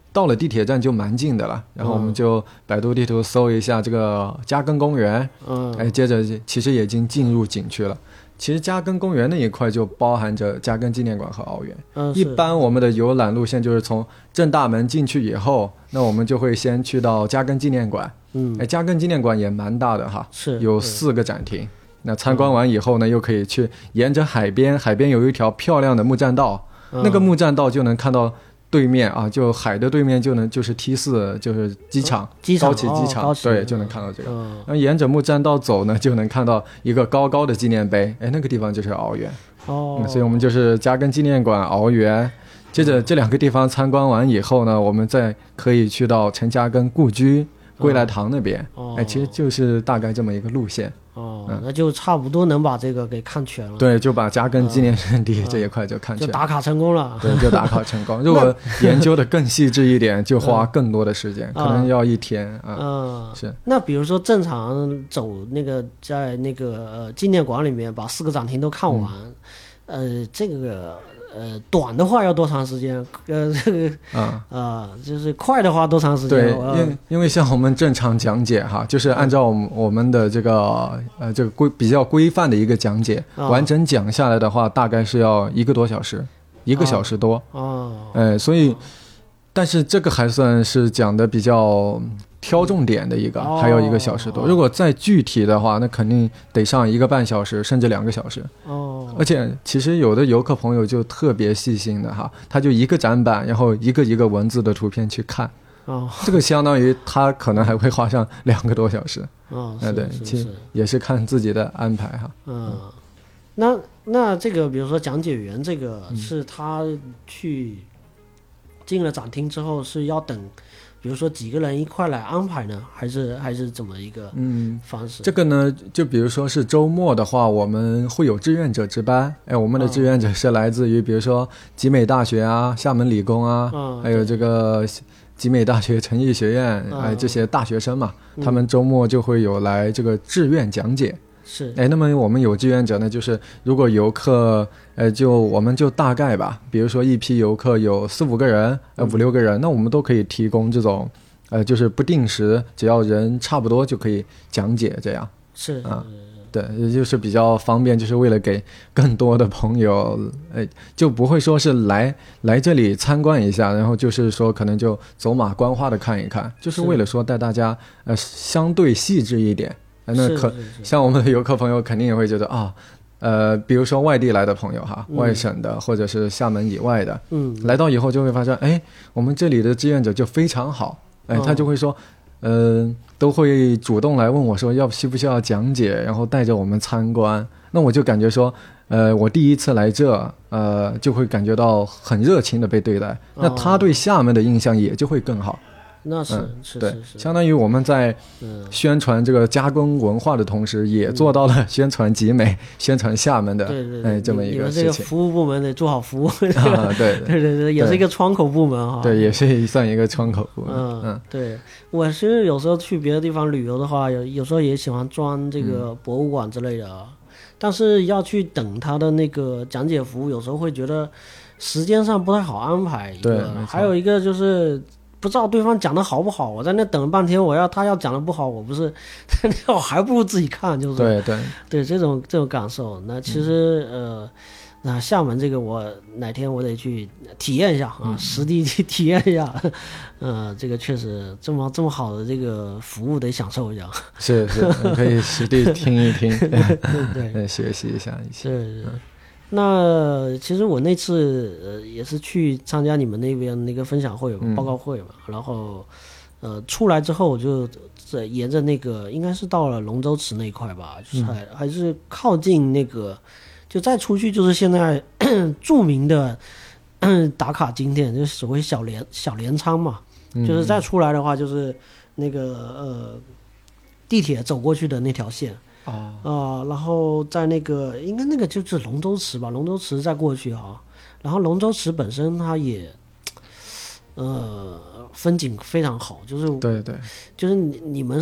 到了地铁站就蛮近的了，然后我们就百度地图搜一下这个嘉庚公园，嗯，哎，接着其实已经进入景区了。其实嘉庚公园那一块就包含着嘉庚纪念馆和鳌园。嗯，一般我们的游览路线就是从正大门进去以后，那我们就会先去到嘉庚纪念馆。嗯，哎，嘉庚纪念馆也蛮大的哈，是有四个展厅。那参观完以后呢，又可以去沿着海边，海边有一条漂亮的木栈道，嗯，那个木栈道就能看到对面啊，就海的对面就能就是 T 四，就是机场，机场高启机场，哦，对，就能看到这个。然后沿着木栈道走呢，就能看到一个高高的纪念碑，哎，那个地方就是鳌园。哦，嗯，所以我们就是嘉庚纪念馆、鳌园。接着这两个地方参观完以后呢，我们再可以去到陈嘉庚故居、归来堂那边。哦，哎，其实就是大概这么一个路线。 哦，嗯，那就差不多能把这个给看全了。 对，就把嘉庚纪念圣地这一块就看全， 就打卡成功了。 对，就打卡成功。如果研究的更细致一点，就花更多的时间，可能要一天啊。嗯，是。 那比如说正常走那个在那个呃纪念馆里面把四个展厅都看完，嗯，呃，这个。呃，短的话要多长时间？呃，这个啊啊，就是快的话多长时间？ 对，因因为像我们正常讲解哈，就是按照我们我们的这个呃这个规比较规范的一个讲解，啊，完整讲下来的话，大概是要一个多小时，一个小时多。哦，哎，所以，但是这个还算是讲的比较挑重点的一个，哦，还有一个小时多。如果再具体的话，那肯定得上一个半小时，甚至两个小时。哦。而且其实有的游客朋友就特别细心的哈，他就一个展板，然后一个一个文字的图片去看，哦，这个相当于他可能还会花上两个多小时。哦，哎，对，其实也是看自己的安排哈。 嗯，那那这个比如说讲解员这个是他去进了展厅之后是要等。比如说几个人一块来安排呢，还是还是怎么一个方式？ 嗯，这个呢，就比如说是周末的话，我们会有志愿者值班。哎，我们的志愿者是来自于比如说集美大学啊、厦门理工啊，哦，还有这个集美大学成艺学院，哦，哎，这些大学生嘛，嗯，他们周末就会有来这个志愿讲解。 是， 哎，那么我们有志愿者呢，就是如果游客，呃，就我们就大概吧，比如说一批游客有四五个人，呃，五六个人，那我们都可以提供这种，呃，就是不定时，只要人差不多就可以讲解这样。 是啊，对，也就是比较方便，就是为了给更多的朋友，哎，就不会说是来来这里参观一下，然后就是说可能就走马观花的看一看，就是为了说带大家呃相对细致一点。那可像我们的游客朋友肯定也会觉得啊，呃，比如说外地来的朋友哈，嗯，外省的或者是厦门以外的，嗯，来到以后就会发现，哎，我们这里的志愿者就非常好，哎，他就会说，嗯，呃，都会主动来问我说要需不需要讲解，然后带着我们参观。那我就感觉说，呃，我第一次来这，呃，就会感觉到很热情的被对待，那他对厦门的印象也就会更好。 那是，嗯，是对，相当于我们在宣传这个嘉庚文化的同时，也做到了宣传集美、嗯、宣传厦门的， 对对对， 哎，这么一个事情。 你们这个服务部门得做好服务啊， 对对对对，也是一个窗口部门哈。 对，也是算一个窗口部门。嗯嗯，对，我其实有时候去别的地方旅游的话，有有时候也喜欢钻这个博物馆之类的啊，嗯，但是要去等他的那个讲解服务，有时候会觉得时间上不太好安排。 对， 还有一个就是。不知道对方讲的好不好，我在那等了半天，我要他要讲的不好，我不是，我还不如自己看，就是对对对这种这种感受。那其实、嗯、呃，那厦门这个我哪天我得去体验一下啊，嗯、实地去体验一下，呃，这个确实这么这么好的这个服务得享受一下。 是是，可以实地听一听， 对对，学习一下一起。 是是。嗯，那其实我那次呃也是去参加你们那边那个分享会、嗯、报告会嘛，然后呃出来之后我就在沿着那个应该是到了龙舟池那一块吧，就是还、嗯、还是靠近那个，就再出去就是现在著名的打卡景点，就是所谓小镰小镰仓嘛、嗯，就是再出来的话就是那个呃地铁走过去的那条线。啊、呃，然后在那个应该那个就是龙舟池吧，龙舟池再过去哈，然后龙舟池本身它也，呃，风景非常好，就是对对， 就是你你们是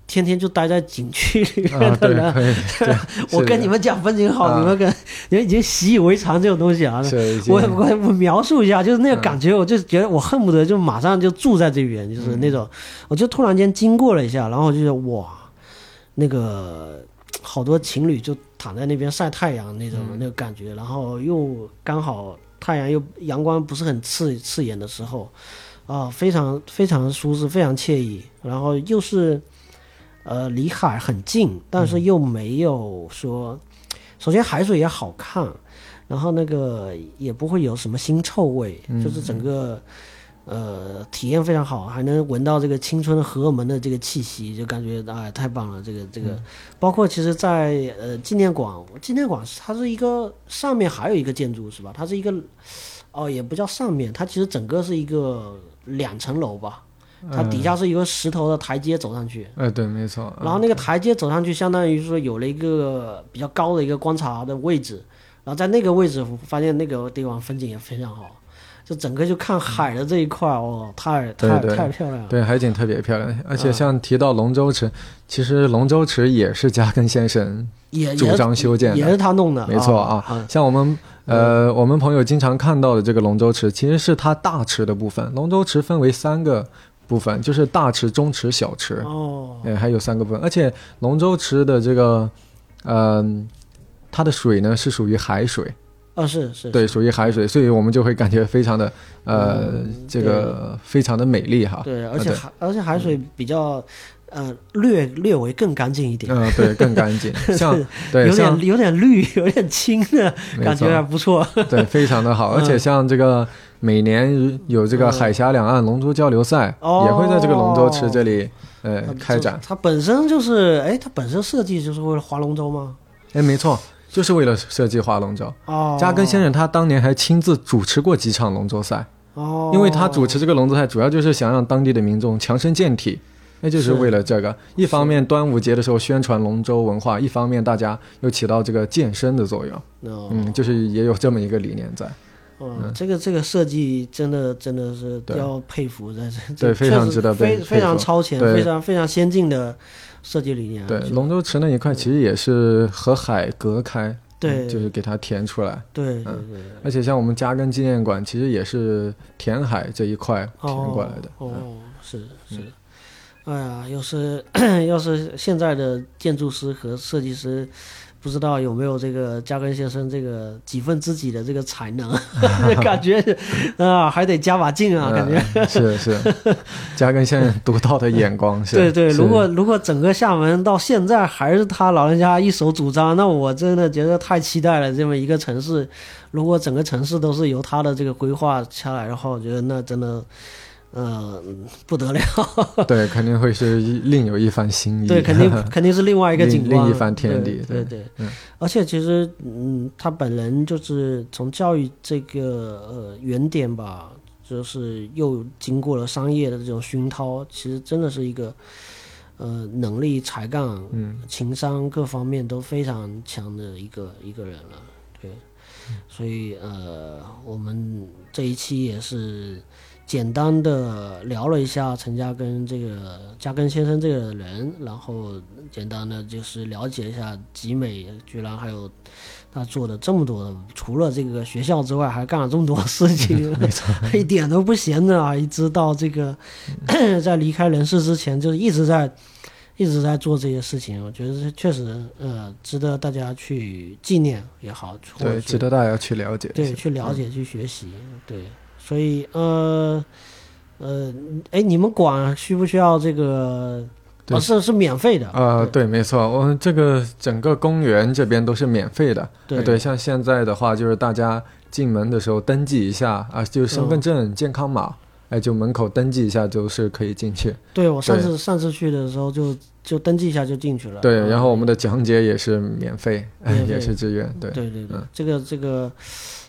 天天就待在景区里面的人， 啊、对对我跟你们讲风景好，啊、你们跟你们已经习以为常这种东西啊。我我我描述一下，就是那个感觉，我就觉得我恨不得就马上就住在这边，就是那种，嗯、我就突然间经过了一下，然后我就觉得哇，那个好多情侣就躺在那边晒太阳那种、嗯、那个感觉，然后又刚好太阳又阳光不是很刺刺眼的时候，啊，非常非常舒适，非常惬意，然后又是。呃，离海很近，但是又没有说，嗯、首先海水也好看，然后那个也不会有什么腥臭味，嗯、就是整个呃体验非常好，还能闻到这个青春荷尔蒙的这个气息，就感觉哎太棒了。这个这个，嗯、包括其实在呃纪念馆，纪念馆它是一个上面还有一个建筑是吧？它是一个哦也不叫上面，它其实整个是一个两层楼吧。它底下是一个石头的台阶走上去， 哎、呃，对，没错。 然后那个台阶走上去，相当于说有了一个比较高的一个观察的位置，然后在那个位置发现那个地方风景也非常好，就整个就看海的这一块，哦，太太太漂亮了。 对，海景特别漂亮，而且像提到龙舟池，嗯、其实龙舟池也是加根先生主张修建的， 也, 也是他弄的， 没错啊。啊像我们呃、嗯，我们朋友经常看到的这个龙舟池，其实是它大池的部分。龙舟池分为三个部分，就是大池、中池、小池， 哦， 哎，还有三个部分。而且龙舟池的这个，呃，它的水呢是属于海水， 哦，是是， 对，属于海水，所以我们就会感觉非常的，呃，嗯、这个非常的美丽哈。 对，而且海、呃、而且海水比较。呃，略略微更干净一点。 嗯、呃，对，更干净，像对， 有点有点绿，有点青的感觉还不错。 对，非常的好，而且像这个每年有这个海峡两岸龙舟交流赛， 嗯、 也会在这个龙舟池这里呃开展。 它本身就是，哎，它本身设计就是为了划龙舟吗？ 哎，没错，就是为了设计划龙舟。 哦， 加根先生他当年还亲自主持过几场龙舟赛。 哦， 因为他主持这个龙舟赛，主要就是想让当地的民众强身健体。那就是为了这个，一方面端午节的时候宣传龙舟文化，一方面大家又起到这个健身的作用。 哦、 嗯，就是也有这么一个理念在。 哦，嗯、这个这个设计真的真的是要佩服，在这对非常值得非非常超前，非常非常先进的设计理念。 对，龙舟池那一块其实也是和海隔开， 对、嗯， 就是给它填出来。 对对 对, 对、 嗯。而且像我们加根纪念馆，其实也是填海这一块填过来的。 哦，嗯、是是。嗯哎呀，要是要是现在的建筑师和设计师，不知道有没有这个加根先生这个几分之几的这个才能，感觉啊还得加把劲啊，感觉、 嗯、是是，加根先生独到的眼光是。 对对，如果如果整个厦门到现在还是他老人家一手主张，那我真的觉得太期待了。这么一个城市，如果整个城市都是由他的这个规划下来的话，我觉得那真的。呃，不得了， 对，肯定会是另有一番新意， 对，肯定肯定是另外一个景观， 另一番天地， 对对 对, 对、嗯。而且其实，嗯，他本人就是从教育这个呃原点吧，就是又经过了商业的这种熏陶，其实真的是一个呃能力、才干、嗯、情商各方面都非常强的一个一个人了，对。所以呃，我们这一期也是。简单的聊了一下陈加根这个加根先生这个人，然后简单的就是了解一下集美居然还有他做的这么多的，除了这个学校之外还干了这么多事情，一点都不闲着啊！一直到这个在离开人世之前，就是一直在一直在做这些事情。我觉得确实呃值得大家去纪念也好， 对，值得大家去了解， 对，去了解、嗯、去学习，对。所以呃呃，哎，你们馆需不需要这个？哦，是是免费的。 呃，对，没错，我们这个整个公园这边都是免费的。 对， 对，像现在的话，就是大家进门的时候登记一下啊，就是身份证、嗯、健康码，哎，就门口登记一下就是可以进去。 对，我上次上次去的时候就就登记一下就进去了。 对，然后我们的讲解也是免费，哎，也是自愿。对对对对，嗯、这个这个。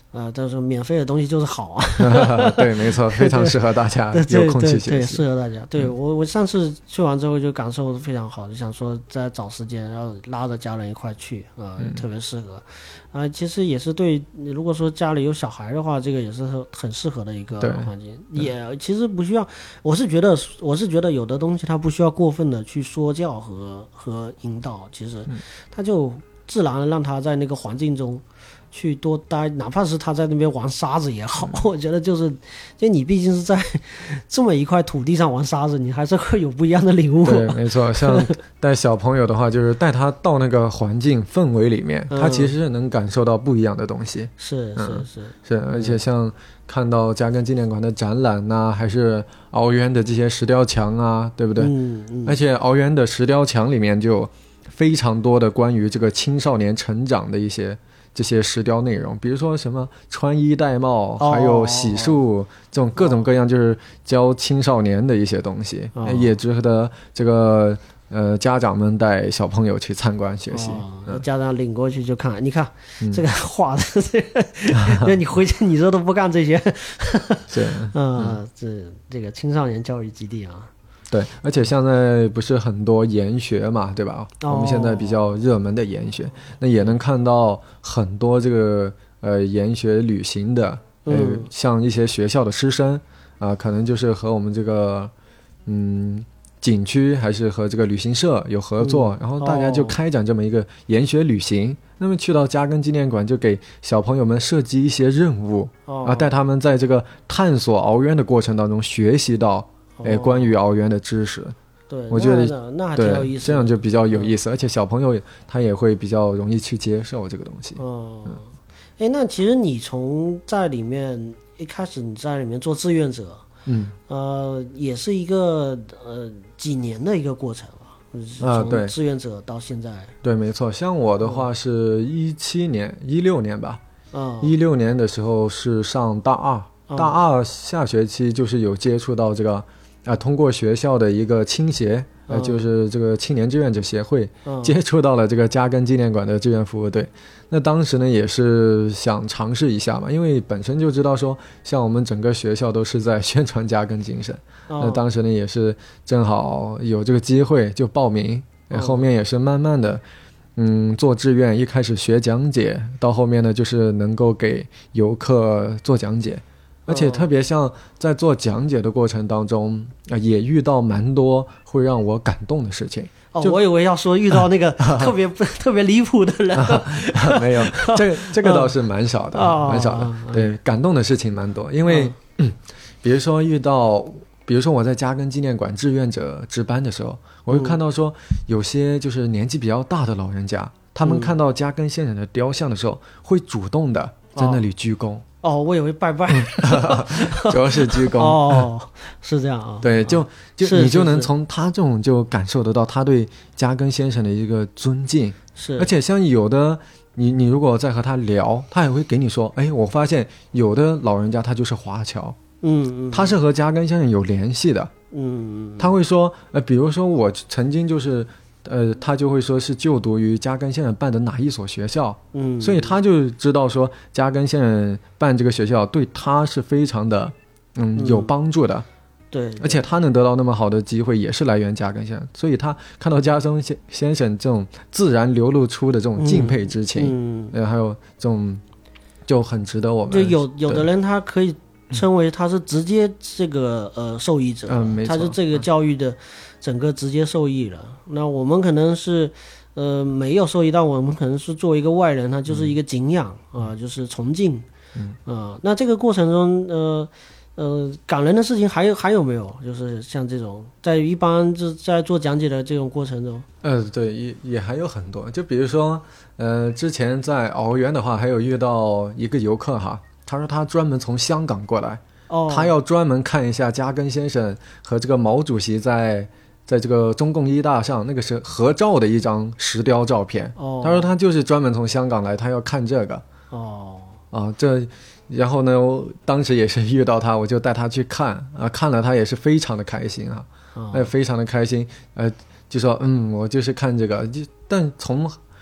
啊，但是免费的东西就是好啊。 对，没错，非常适合大家有空去学习。 对，对对适合大家。对、嗯、我，我上次去完之后就感受非常好，就想说再找时间，然后拉着家人一块去啊、呃嗯，特别适合。啊、呃，其实也是对，如果说家里有小孩的话，这个也是很适合的一个环境。也其实不需要，我是觉得，我是觉得有的东西它不需要过分的去说教和和引导，其实它就自然的让他在那个环境中。去多待，哪怕是他在那边玩沙子也好，我觉得就是，就你毕竟是在这么一块土地上玩沙子，你还是会有不一样的领悟。 对，没错。像带小朋友的话，就是带他到那个环境氛围里面，他其实是能感受到不一样的东西。 是、嗯、是是是，而且像看到嘉庚纪念馆的展览呐、啊，还是鳌渊的这些石雕墙啊，对不对？ 嗯嗯。 而且鳌渊的石雕墙里面就非常多的关于这个青少年成长的一些。这些石雕内容，比如说什么穿衣戴帽、哦、还有洗漱、哦、这种各种各样就是教青少年的一些东西、哦、也值得这个呃家长们带小朋友去参观学习、 哦嗯、家长领过去就看你看、嗯、这个画的这个你回去你这都不干这些是嗯这这个青少年教育基地啊， 对，而且现在不是很多研学嘛，对吧、哦、我们现在比较热门的研学，那也能看到很多这个呃研学旅行的呃、嗯、像一些学校的师生啊、呃，可能就是和我们这个嗯景区还是和这个旅行社有合作、嗯、然后大家就开展这么一个研学旅行、哦、那么去到嘉庚纪念馆就给小朋友们设计一些任务、哦、啊，带他们在这个探索鳌渊的过程当中学习到哎，关于鳌渊的知识， 对， 我觉得那, 那还挺有意思， 这样就比较有意思、嗯，而且小朋友他也会比较容易去接受这个东西。 哦，哎、嗯，那其实你从在里面一开始你在里面做志愿者， 嗯， 呃，也是一个呃几年的一个过程啊，从志愿者到现在。 对，没错，像我的话是一七年、一六年吧， 嗯， 一六年的时候是上大二，嗯、大二下学期就是有接触到这个。啊，通过学校的一个青协，呃、嗯，就是这个青年志愿者协会、嗯，接触到了这个嘉庚纪念馆的志愿服务队。那当时呢，也是想尝试一下嘛，因为本身就知道说，像我们整个学校都是在宣传嘉庚精神。嗯、那当时呢，也是正好有这个机会就报名，嗯、后面也是慢慢的，嗯，做志愿，一开始学讲解，到后面呢，就是能够给游客做讲解。而且特别像在做讲解的过程当中、呃、也遇到蛮多会让我感动的事情。 哦，我以为要说遇到那个特别、啊、特别离谱的人、 啊、没有，这个这个倒是蛮少的、哦、蛮少的、哦、对，感动的事情蛮多。因为、哦嗯、比如说遇到比如说我在嘉庚纪念馆志愿者值班的时候，我会看到说有些就是年纪比较大的老人家、嗯、他们看到嘉庚先生的雕像的时候会主动的在那里鞠躬。 哦，我以为拜拜， 主要是鞠躬。 哦，是这样啊。 对，就就你就能从他这种就感受得到他对嘉庚先生的一个尊敬。 是， 而且像有的你你如果在和他聊，他也会给你说，哎，我发现有的老人家他就是华侨， 嗯嗯， 他是和嘉庚先生有联系的， 嗯嗯， 他会说，呃，比如说我曾经就是。呃，他就会说是就读于嘉庚先生办的哪一所学校， 嗯， 所以他就知道说嘉庚先生办这个学校对他是非常的，嗯，嗯有帮助的， 对， 而且他能得到那么好的机会，也是来源嘉庚先生，所以他看到嘉庚先先生这种自然流露出的这种敬佩之情， 嗯， 呃，还有这种就很值得我们。 就有有的人他可以称为他是直接这个呃受益者， 嗯，没错， 他是这个教育的。整个直接受益了，那我们可能是，呃，没有受益，但我们可能是作为一个外人，他就是一个敬仰啊、呃，就是崇敬， 嗯啊、呃，那这个过程中，呃呃，感人的事情还有还有没有？就是像这种在一般就在做讲解的这种过程中， 呃，对，也也还有很多，就比如说，呃，之前在鳌渊的话，还有遇到一个游客哈，他说他专门从香港过来， 哦， 他要专门看一下嘉庚先生和这个毛主席在。在这个中共一大上那个是合照的一张石雕照片、 哦、 他说他就是专门从香港来，他要看这个哦啊，这然后呢当时也是遇到他，我就带他去看啊，看了他也是非常的开心啊， 哦、 哎非常的开心，呃就说嗯我就是看这个，就但从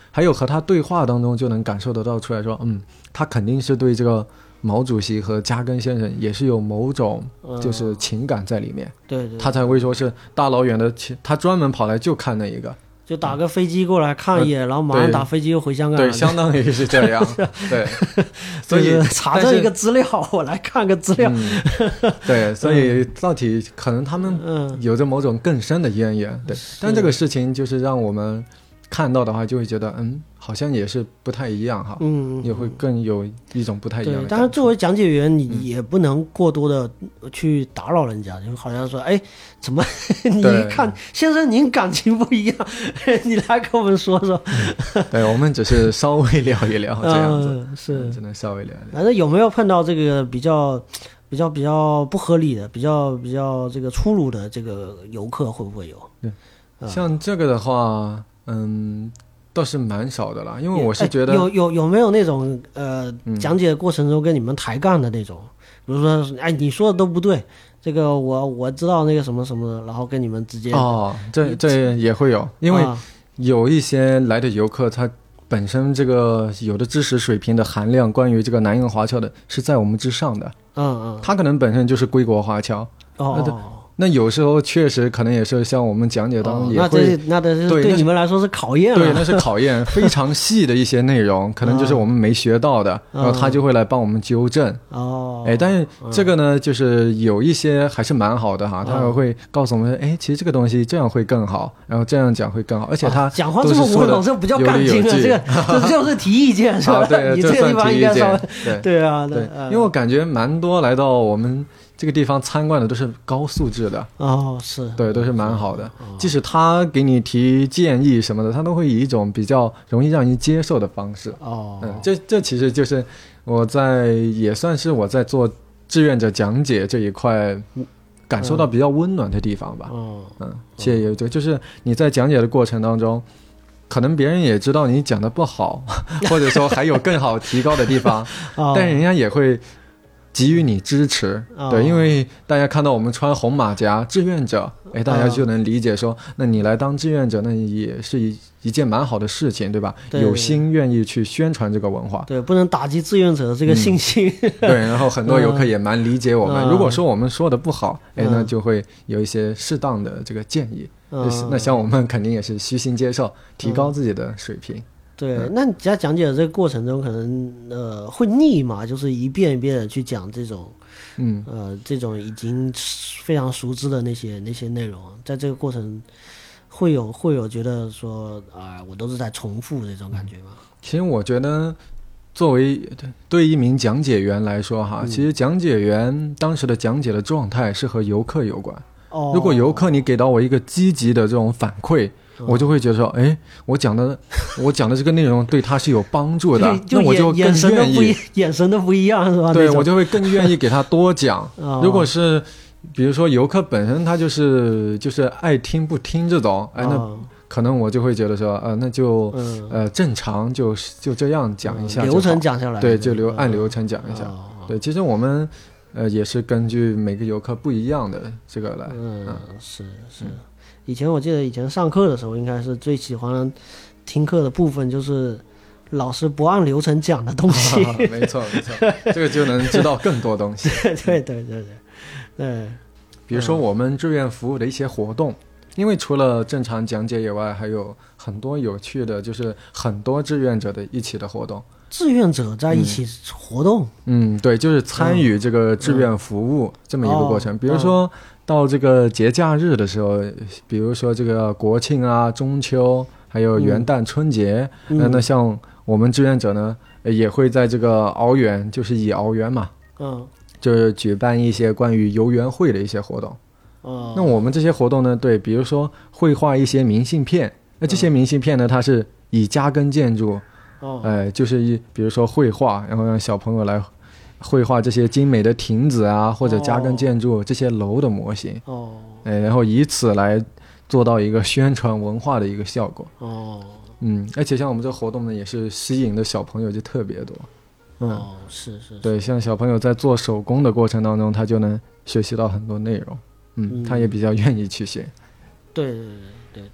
还有和他对话当中就能感受得到出来说，嗯，他肯定是对这个毛主席和加根先生也是有某种就是情感在里面， 嗯、对, 对, 对， 他才会说是大老远的，他专门跑来就看那一个。 就打个飞机过来看一眼、嗯、然后马上打飞机又回香港了。 对，相当于是这样。对，所以查证一个资料，我来看个资料。 嗯、对，所以到底可能他们有着某种更深的渊源。嗯、对，但这个事情就是让我们看到的话，就会觉得嗯，好像也是不太一样哈。嗯，也会更有一种不太一样的。 对，但是作为讲解员，你也不能过多的去打扰人家，就好像说，哎，怎么你一看先生您感情不一样，你来跟我们说说。 对，我们只是稍微聊一聊这样子， 嗯、是只能稍微聊一聊。 反正有没有碰到这个比较比较比较不合理的、比较比较这个粗鲁的这个游客会不会有？ 对，嗯、像这个的话。嗯，倒是蛮少的啦，因为我是觉得、 哎、有有有没有那种呃、嗯、讲解的过程中跟你们抬杠的那种，比如说哎你说的都不对，这个我我知道那个什么什么的，然后跟你们直接哦，这这也会有，因为有一些来的游客他本身这个有的知识水平的含量，关于这个南印华侨的是在我们之上的， 嗯嗯， 他可能本身就是归国华侨， 哦。 那那有时候确实可能也是像我们讲解当中也会、 哦、那这那这是对你们来说是考验了， 对，那是考验非常细的一些内容可能就是我们没学到的、哦、然后他就会来帮我们纠正哦。 哎，但是这个呢、嗯、就是有一些还是蛮好的哈，他会告诉我们哎，其实这个东西这样会更好，然后这样讲会更好，而且他讲话这么温柔，这不叫杠精了，这个这就是提意见是吧、啊、 对， 你这个地方应该稍微对对啊 对, 对、嗯、因为我感觉蛮多来到我们这个地方参观的都是高素质的哦，是对，都是蛮好的、哦、即使他给你提建议什么的，他都会以一种比较容易让你接受的方式哦。 嗯，这这其实就是我在也算是我在做志愿者讲解这一块感受到比较温暖的地方吧。 嗯嗯，且有就就是你在讲解的过程当中，可能别人也知道你讲的不好，或者说还有更好提高的地方， 哦、 但人家也会给予你支持、哦、对，因为大家看到我们穿红马甲志愿者，哎，大家就能理解说、哦、那你来当志愿者那也是一一件蛮好的事情，对吧？ 对， 有心愿意去宣传这个文化， 对，不能打击志愿者的这个信心、 嗯、对，然后很多游客也蛮理解我们、嗯、如果说我们说的不好、嗯、哎，那就会有一些适当的这个建议、嗯、那像我们肯定也是虚心接受，提高自己的水平、嗯对，那你在讲解的这个过程中，可能呃会腻嘛，就是一遍一遍的去讲这种， 嗯呃这种已经非常熟知的那些那些内容，在这个过程会有会有觉得说啊、呃，我都是在重复这种感觉吗？ 其实我觉得，作为对一名讲解员来说哈、嗯，其实讲解员当时的讲解的状态是和游客有关。 哦， 如果游客你给到我一个积极的这种反馈。我就会觉得说，哎，我讲的我讲的这个内容对他是有帮助的，那我就更愿意， 眼神都不一样是吧？ 对，我就会更愿意给他多讲。哦、如果是比如说游客本身他就是就是爱听不听这种，哎，那可能我就会觉得说，呃，那就、嗯、呃正常就就这样讲一下就好、 嗯，流程讲下来， 对，就流、嗯、按流程讲一下。 哦、 对，其实我们呃也是根据每个游客不一样的这个来。 嗯，嗯是是。嗯，以前我记得以前上课的时候，应该是最喜欢听课的部分就是老师不按流程讲的东西。 哦、没错没错，这个就能知道更多东西。 对对对对对。 比如说我们志愿服务的一些活动，因为除了正常讲解以外，还有很多有趣的，就是很多志愿者的一起的活动。 志愿者在一起活动？ 嗯，嗯对，就是参与这个志愿服务、嗯、这么一个过程。哦、比如说。到这个节假日的时候，比如说这个国庆啊、中秋，还有元旦、春节，嗯呃、那像我们志愿者呢，也会在这个鳌园，就是以鳌园嘛， 嗯， 就是举办一些关于游园会的一些活动。 哦， 那我们这些活动呢，对，比如说绘画一些明信片，那这些明信片呢，它是以加根建筑， 哦， 呃，就是一比如说绘画，然后让小朋友来。绘画这些精美的亭子啊，或者加根建筑、哦、这些楼的模型， 哦， 哎，然后以此来做到一个宣传文化的一个效果， 哦， 嗯，而且像我们这个活动呢，也是吸引的小朋友就特别多， 嗯，哦，是是是， 对，像小朋友在做手工的过程当中，他就能学习到很多内容，嗯，嗯他也比较愿意去学， 对对对对对，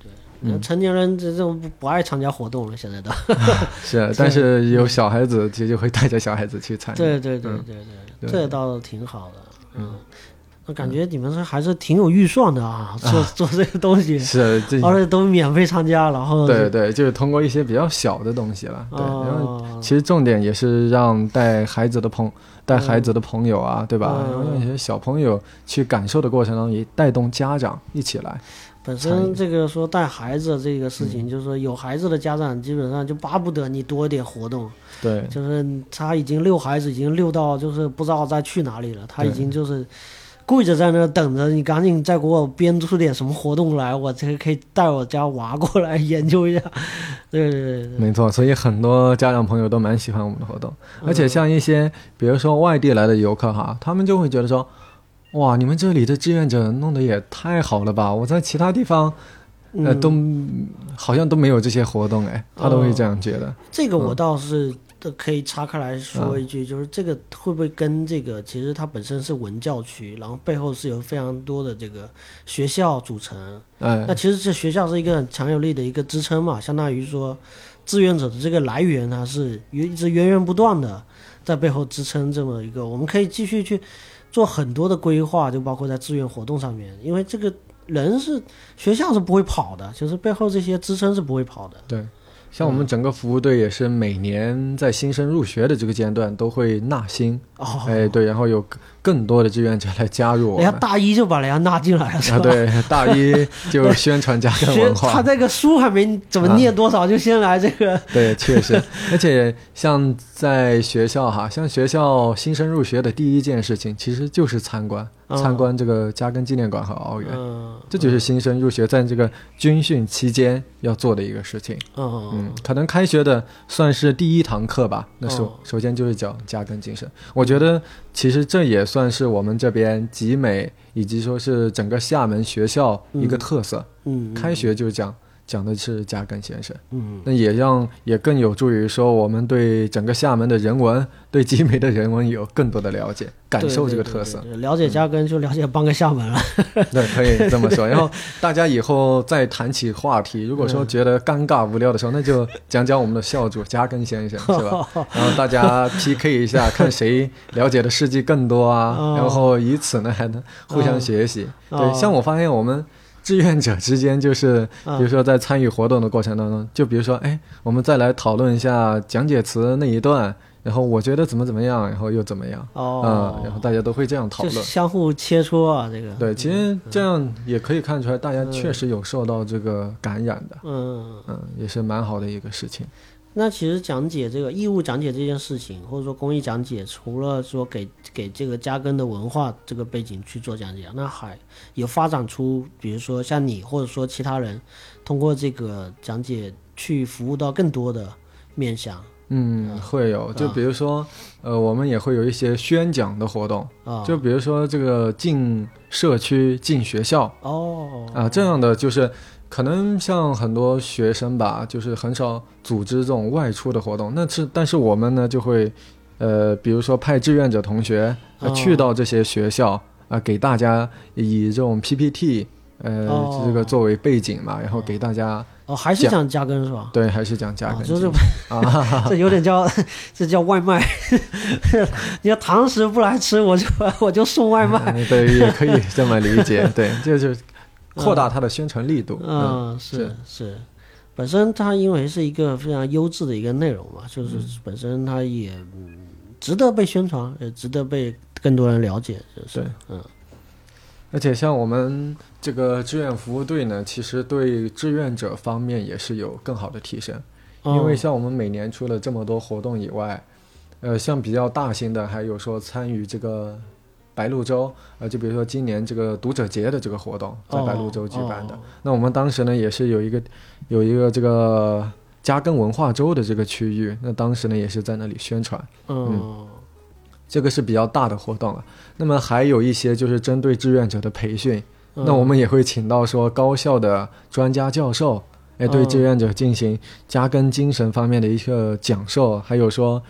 嗯、成年人这种不不爱参加活动了，现在都是，但是有小孩子其实就会带着小孩子去参与。 对对对对对，嗯、这倒挺好的。嗯，我感觉你们是还是挺有预算的啊，做、啊、做这个东西是， 而且都免费参加，然后对对，就是通过一些比较小的东西了。对，哦、然后其实重点也是让带孩子的朋带孩子的朋友啊，嗯、对吧？然后让一些小朋友去感受的过程当中，也带动家长一起来。 本身这个说带孩子这个事情，就是说有孩子的家长基本上就巴不得你多一点活动。 对， 就是他已经遛孩子，已经遛到就是不知道再去哪里了，他已经就是跪着在那等着你赶紧再给我编出点什么活动来，我这个可以带我家娃过来研究一下。对对对对， 没错，所以很多家长朋友都蛮喜欢我们的活动，而且像一些比如说外地来的游客哈，他们就会觉得说，哇，你们这里的志愿者弄得也太好了吧！我在其他地方，呃，都好像都没有这些活动哎，他都会这样觉得。哦、 这个我倒是可以插开来说一句，嗯、就是这个会不会跟这个，其实它本身是文教区，然后背后是有非常多的这个学校组成。哎，那其实这学校是一个很强有力的一个支撑嘛，相当于说，志愿者的这个来源它是一直源源不断的在背后支撑这么一个，我们可以继续去做很多的规划，就包括在志愿活动上面，因为这个人是学校是不会跑的，就是背后这些支撑是不会跑的。 对，像我们整个服务队也是每年在新生入学的这个阶段都会纳新。哦，哎，对，然后有更多的志愿者来加入我们。 人家大一就把人家纳进来了，是吧？ 啊，对，大一就宣传家根文化。 他这个书还没怎么念多少，啊、就先来这个。 对，确实，而且像在学校哈，像学校新生入学的第一件事情，其实就是参观。参观这个嘉庚纪念馆和奥园、嗯、这就是新生入学在这个军训期间要做的一个事情。嗯嗯，可能开学的算是第一堂课吧，那首、哦、首先就是讲嘉庚精神。我觉得其实这也算是我们这边集美以及说是整个厦门学校一个特色。嗯，嗯开学就讲讲的是嘉庚先生。嗯，那也让也更有助于说我们对整个厦门的人文，对集美的人文有更多的了解，感受这个特色。 对对对对，了解嘉庚就了解半个厦门了。 对，可以这么说。然后大家以后再谈起话题，如果说觉得尴尬无聊的时候，那就讲讲我们的校主嘉庚先生，是吧？然后大家 P K 一下，看谁了解的事迹更多啊，然后以此呢还能互相学习。对，像我发现我们志愿者之间就是比如说在参与活动的过程当中，就比如说哎，我们再来讨论一下讲解词那一段，然后我觉得怎么怎么样，然后又怎么样。哦，嗯，然后大家都会这样讨论， 就是相互切磋啊，这个。 对，其实这样也可以看出来大家确实有受到这个感染的。嗯嗯，也是蛮好的一个事情。 那其实讲解这个义务讲解这件事情，或者说公益讲解，除了说给给这个嘉庚的文化这个背景去做讲解，那还有发展出比如说像你或者说其他人通过这个讲解去服务到更多的面向。 嗯，会有，就比如说、啊、呃我们也会有一些宣讲的活动、啊、就比如说这个进社区进学校哦啊这样的，就是可能像很多学生吧，就是很少组织这种外出的活动，那是但是我们呢就会呃比如说派志愿者同学、呃、去到这些学校啊、呃，给大家以这种 P P T 呃、哦、这个作为背景嘛，然后给大家哦，还是讲嘉庚是吧？ 对，还是讲嘉庚、哦， 就是啊，这有点叫这叫外卖。你要堂食不来吃，我就我就送外卖。 嗯、对，也可以这么理解。对，就是扩大它的宣传力度。 嗯，嗯是 是, 是，本身它因为是一个非常优质的一个内容嘛，就是本身它也、嗯、值得被宣传，也值得被更多人了解。就是、 对，嗯。而且像我们这个志愿服务队呢，其实对志愿者方面也是有更好的提升、哦、因为像我们每年除了这么多活动以外，呃，像比较大型的还有说参与这个白鹭洲，呃，就比如说今年这个读者节的这个活动在白鹭洲举办的、哦哦、那我们当时呢也是有一个有一个这个嘉庚文化周的这个区域，那当时呢也是在那里宣传。哦、嗯，这个是比较大的活动了。那么还有一些就是针对志愿者的培训、嗯、那我们也会请到说高校的专家教授，哎，对志愿者进行嘉庚精神方面的一个讲授，还有说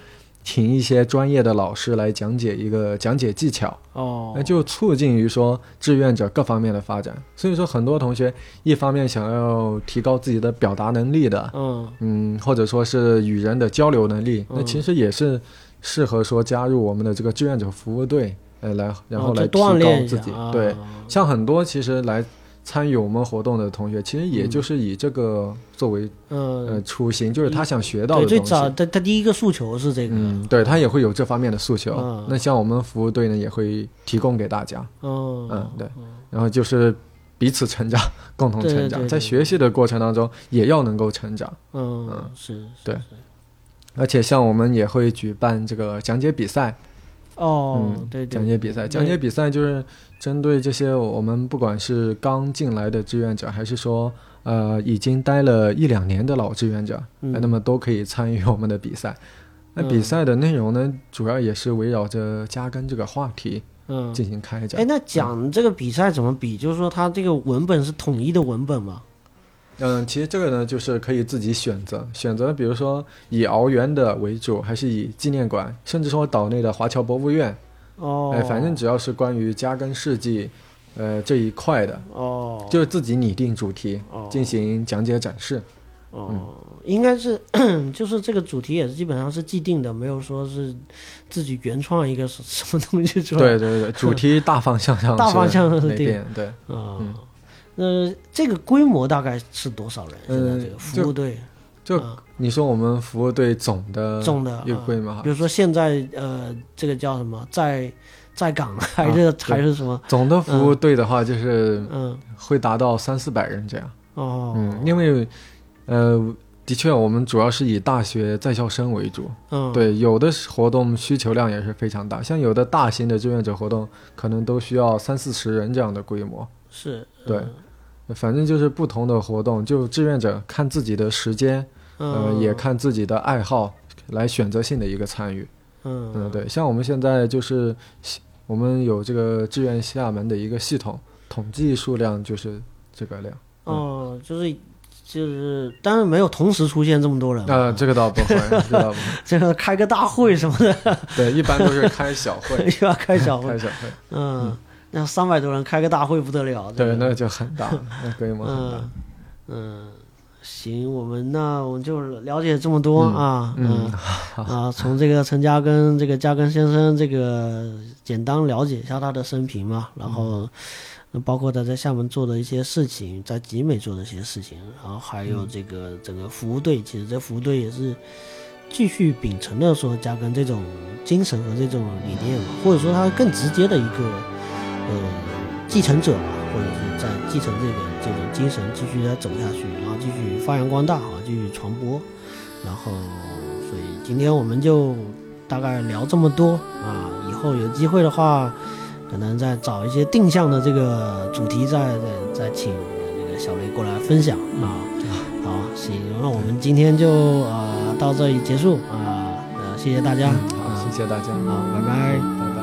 请一些专业的老师来讲解一个讲解技巧， 哦， 那就促进于说志愿者各方面的发展。所以说很多同学一方面想要提高自己的表达能力的， 嗯嗯，或者说是与人的交流能力， 嗯那其实也是适合说加入我们的这个志愿者服务队，呃，来然后哦来提就锻炼一下高自己。 啊对，像很多其实来参与我们活动的同学，其实也就是以这个作为、 嗯呃初心，就是他想学到对，最的东西。 早他他第一个诉求是这个， 嗯，对他也会有这方面的诉求。 嗯那像我们服务队呢，也会提供给大家。 嗯嗯，对，然后就是彼此成长，共同成长， 对对对在学习的过程当中也要能够成长。 嗯嗯是，是对是而且像我们也会举办这个讲解比赛。 哦， 嗯， 对对， 讲解比赛， 对讲解比赛就是针对这些我们不管是刚进来的志愿者，还是说呃已经待了一两年的老志愿者， 嗯那么都可以参与我们的比赛。那比赛的内容呢，主要也是围绕着加根这个话题嗯， 进行开展。 哎，那讲这个比赛怎么比？就是说它这个文本是统一的文本吗？ 嗯，其实这个呢，就是可以自己选择，选择比如说以敖园的为主，还是以纪念馆，甚至说岛内的华侨博物院， 哦， 哎，反正只要是关于加根事迹，呃这一块的， 哦， 就是自己拟定主题， 哦进行讲解展示。 哦，应该是就是这个主题也是基本上是既定的，没有说是自己原创一个什什么东西出来。 对对对，主题大方向上大方向上是没定变，对。 啊， 嗯那这个规模大概是多少人？现在嗯这个服务队就啊你说我们服务队总的总的一个规模哈啊比，如说现在呃，这个叫什么在在岗还是、 啊还是什么？ 总的服务队的话就是嗯会达到三四百人这样。 哦嗯，因为呃，的确我们主要是以大学在校生为主。 嗯对，有的活动需求量也是非常大，像有的大型的志愿者活动，可能都需要三四十人这样的规模。 是对，反正就是不同的活动，就志愿者看自己的时间，呃， 嗯也看自己的爱好来选择性的一个参与。 嗯嗯，对，像我们现在就是我们有这个志愿厦门的一个系统，统计数量就是这个量。 哦，就是就是，当然没有同时出现这么多人嘛， 呃，这个倒不会，这个倒不会。 这个开个大会什么的， 对，一般都是开小会， 又要开小会开，小会。 嗯，那三百多人开个大会不得了，这对， 个那就很大，那规模很大。 嗯嗯，行，我们那我们就了解这么多啊， 嗯嗯啊，从这个陈嘉庚这个嘉庚先生这个简单了解一下他的生平嘛，然后包括他在厦门做的一些事情，在集美做的一些事情，然后还有这个整个服务队，其实这服务队也是继续秉承了说嘉庚这种精神和这种理念嘛，或者说他更直接的一个呃继承者吧，或者是在继承这个这种精神继续的走下去，然后继续发扬光大啊，继续传播，然后所以今天我们就大概聊这么多啊，以后有机会的话，可能再找一些定向的这个主题再，再再再请这个小雷过来分享啊。好，行，那我们今天就呃到这里结束啊，呃，谢谢大家， 好，谢谢大家， 好，拜拜。 拜拜。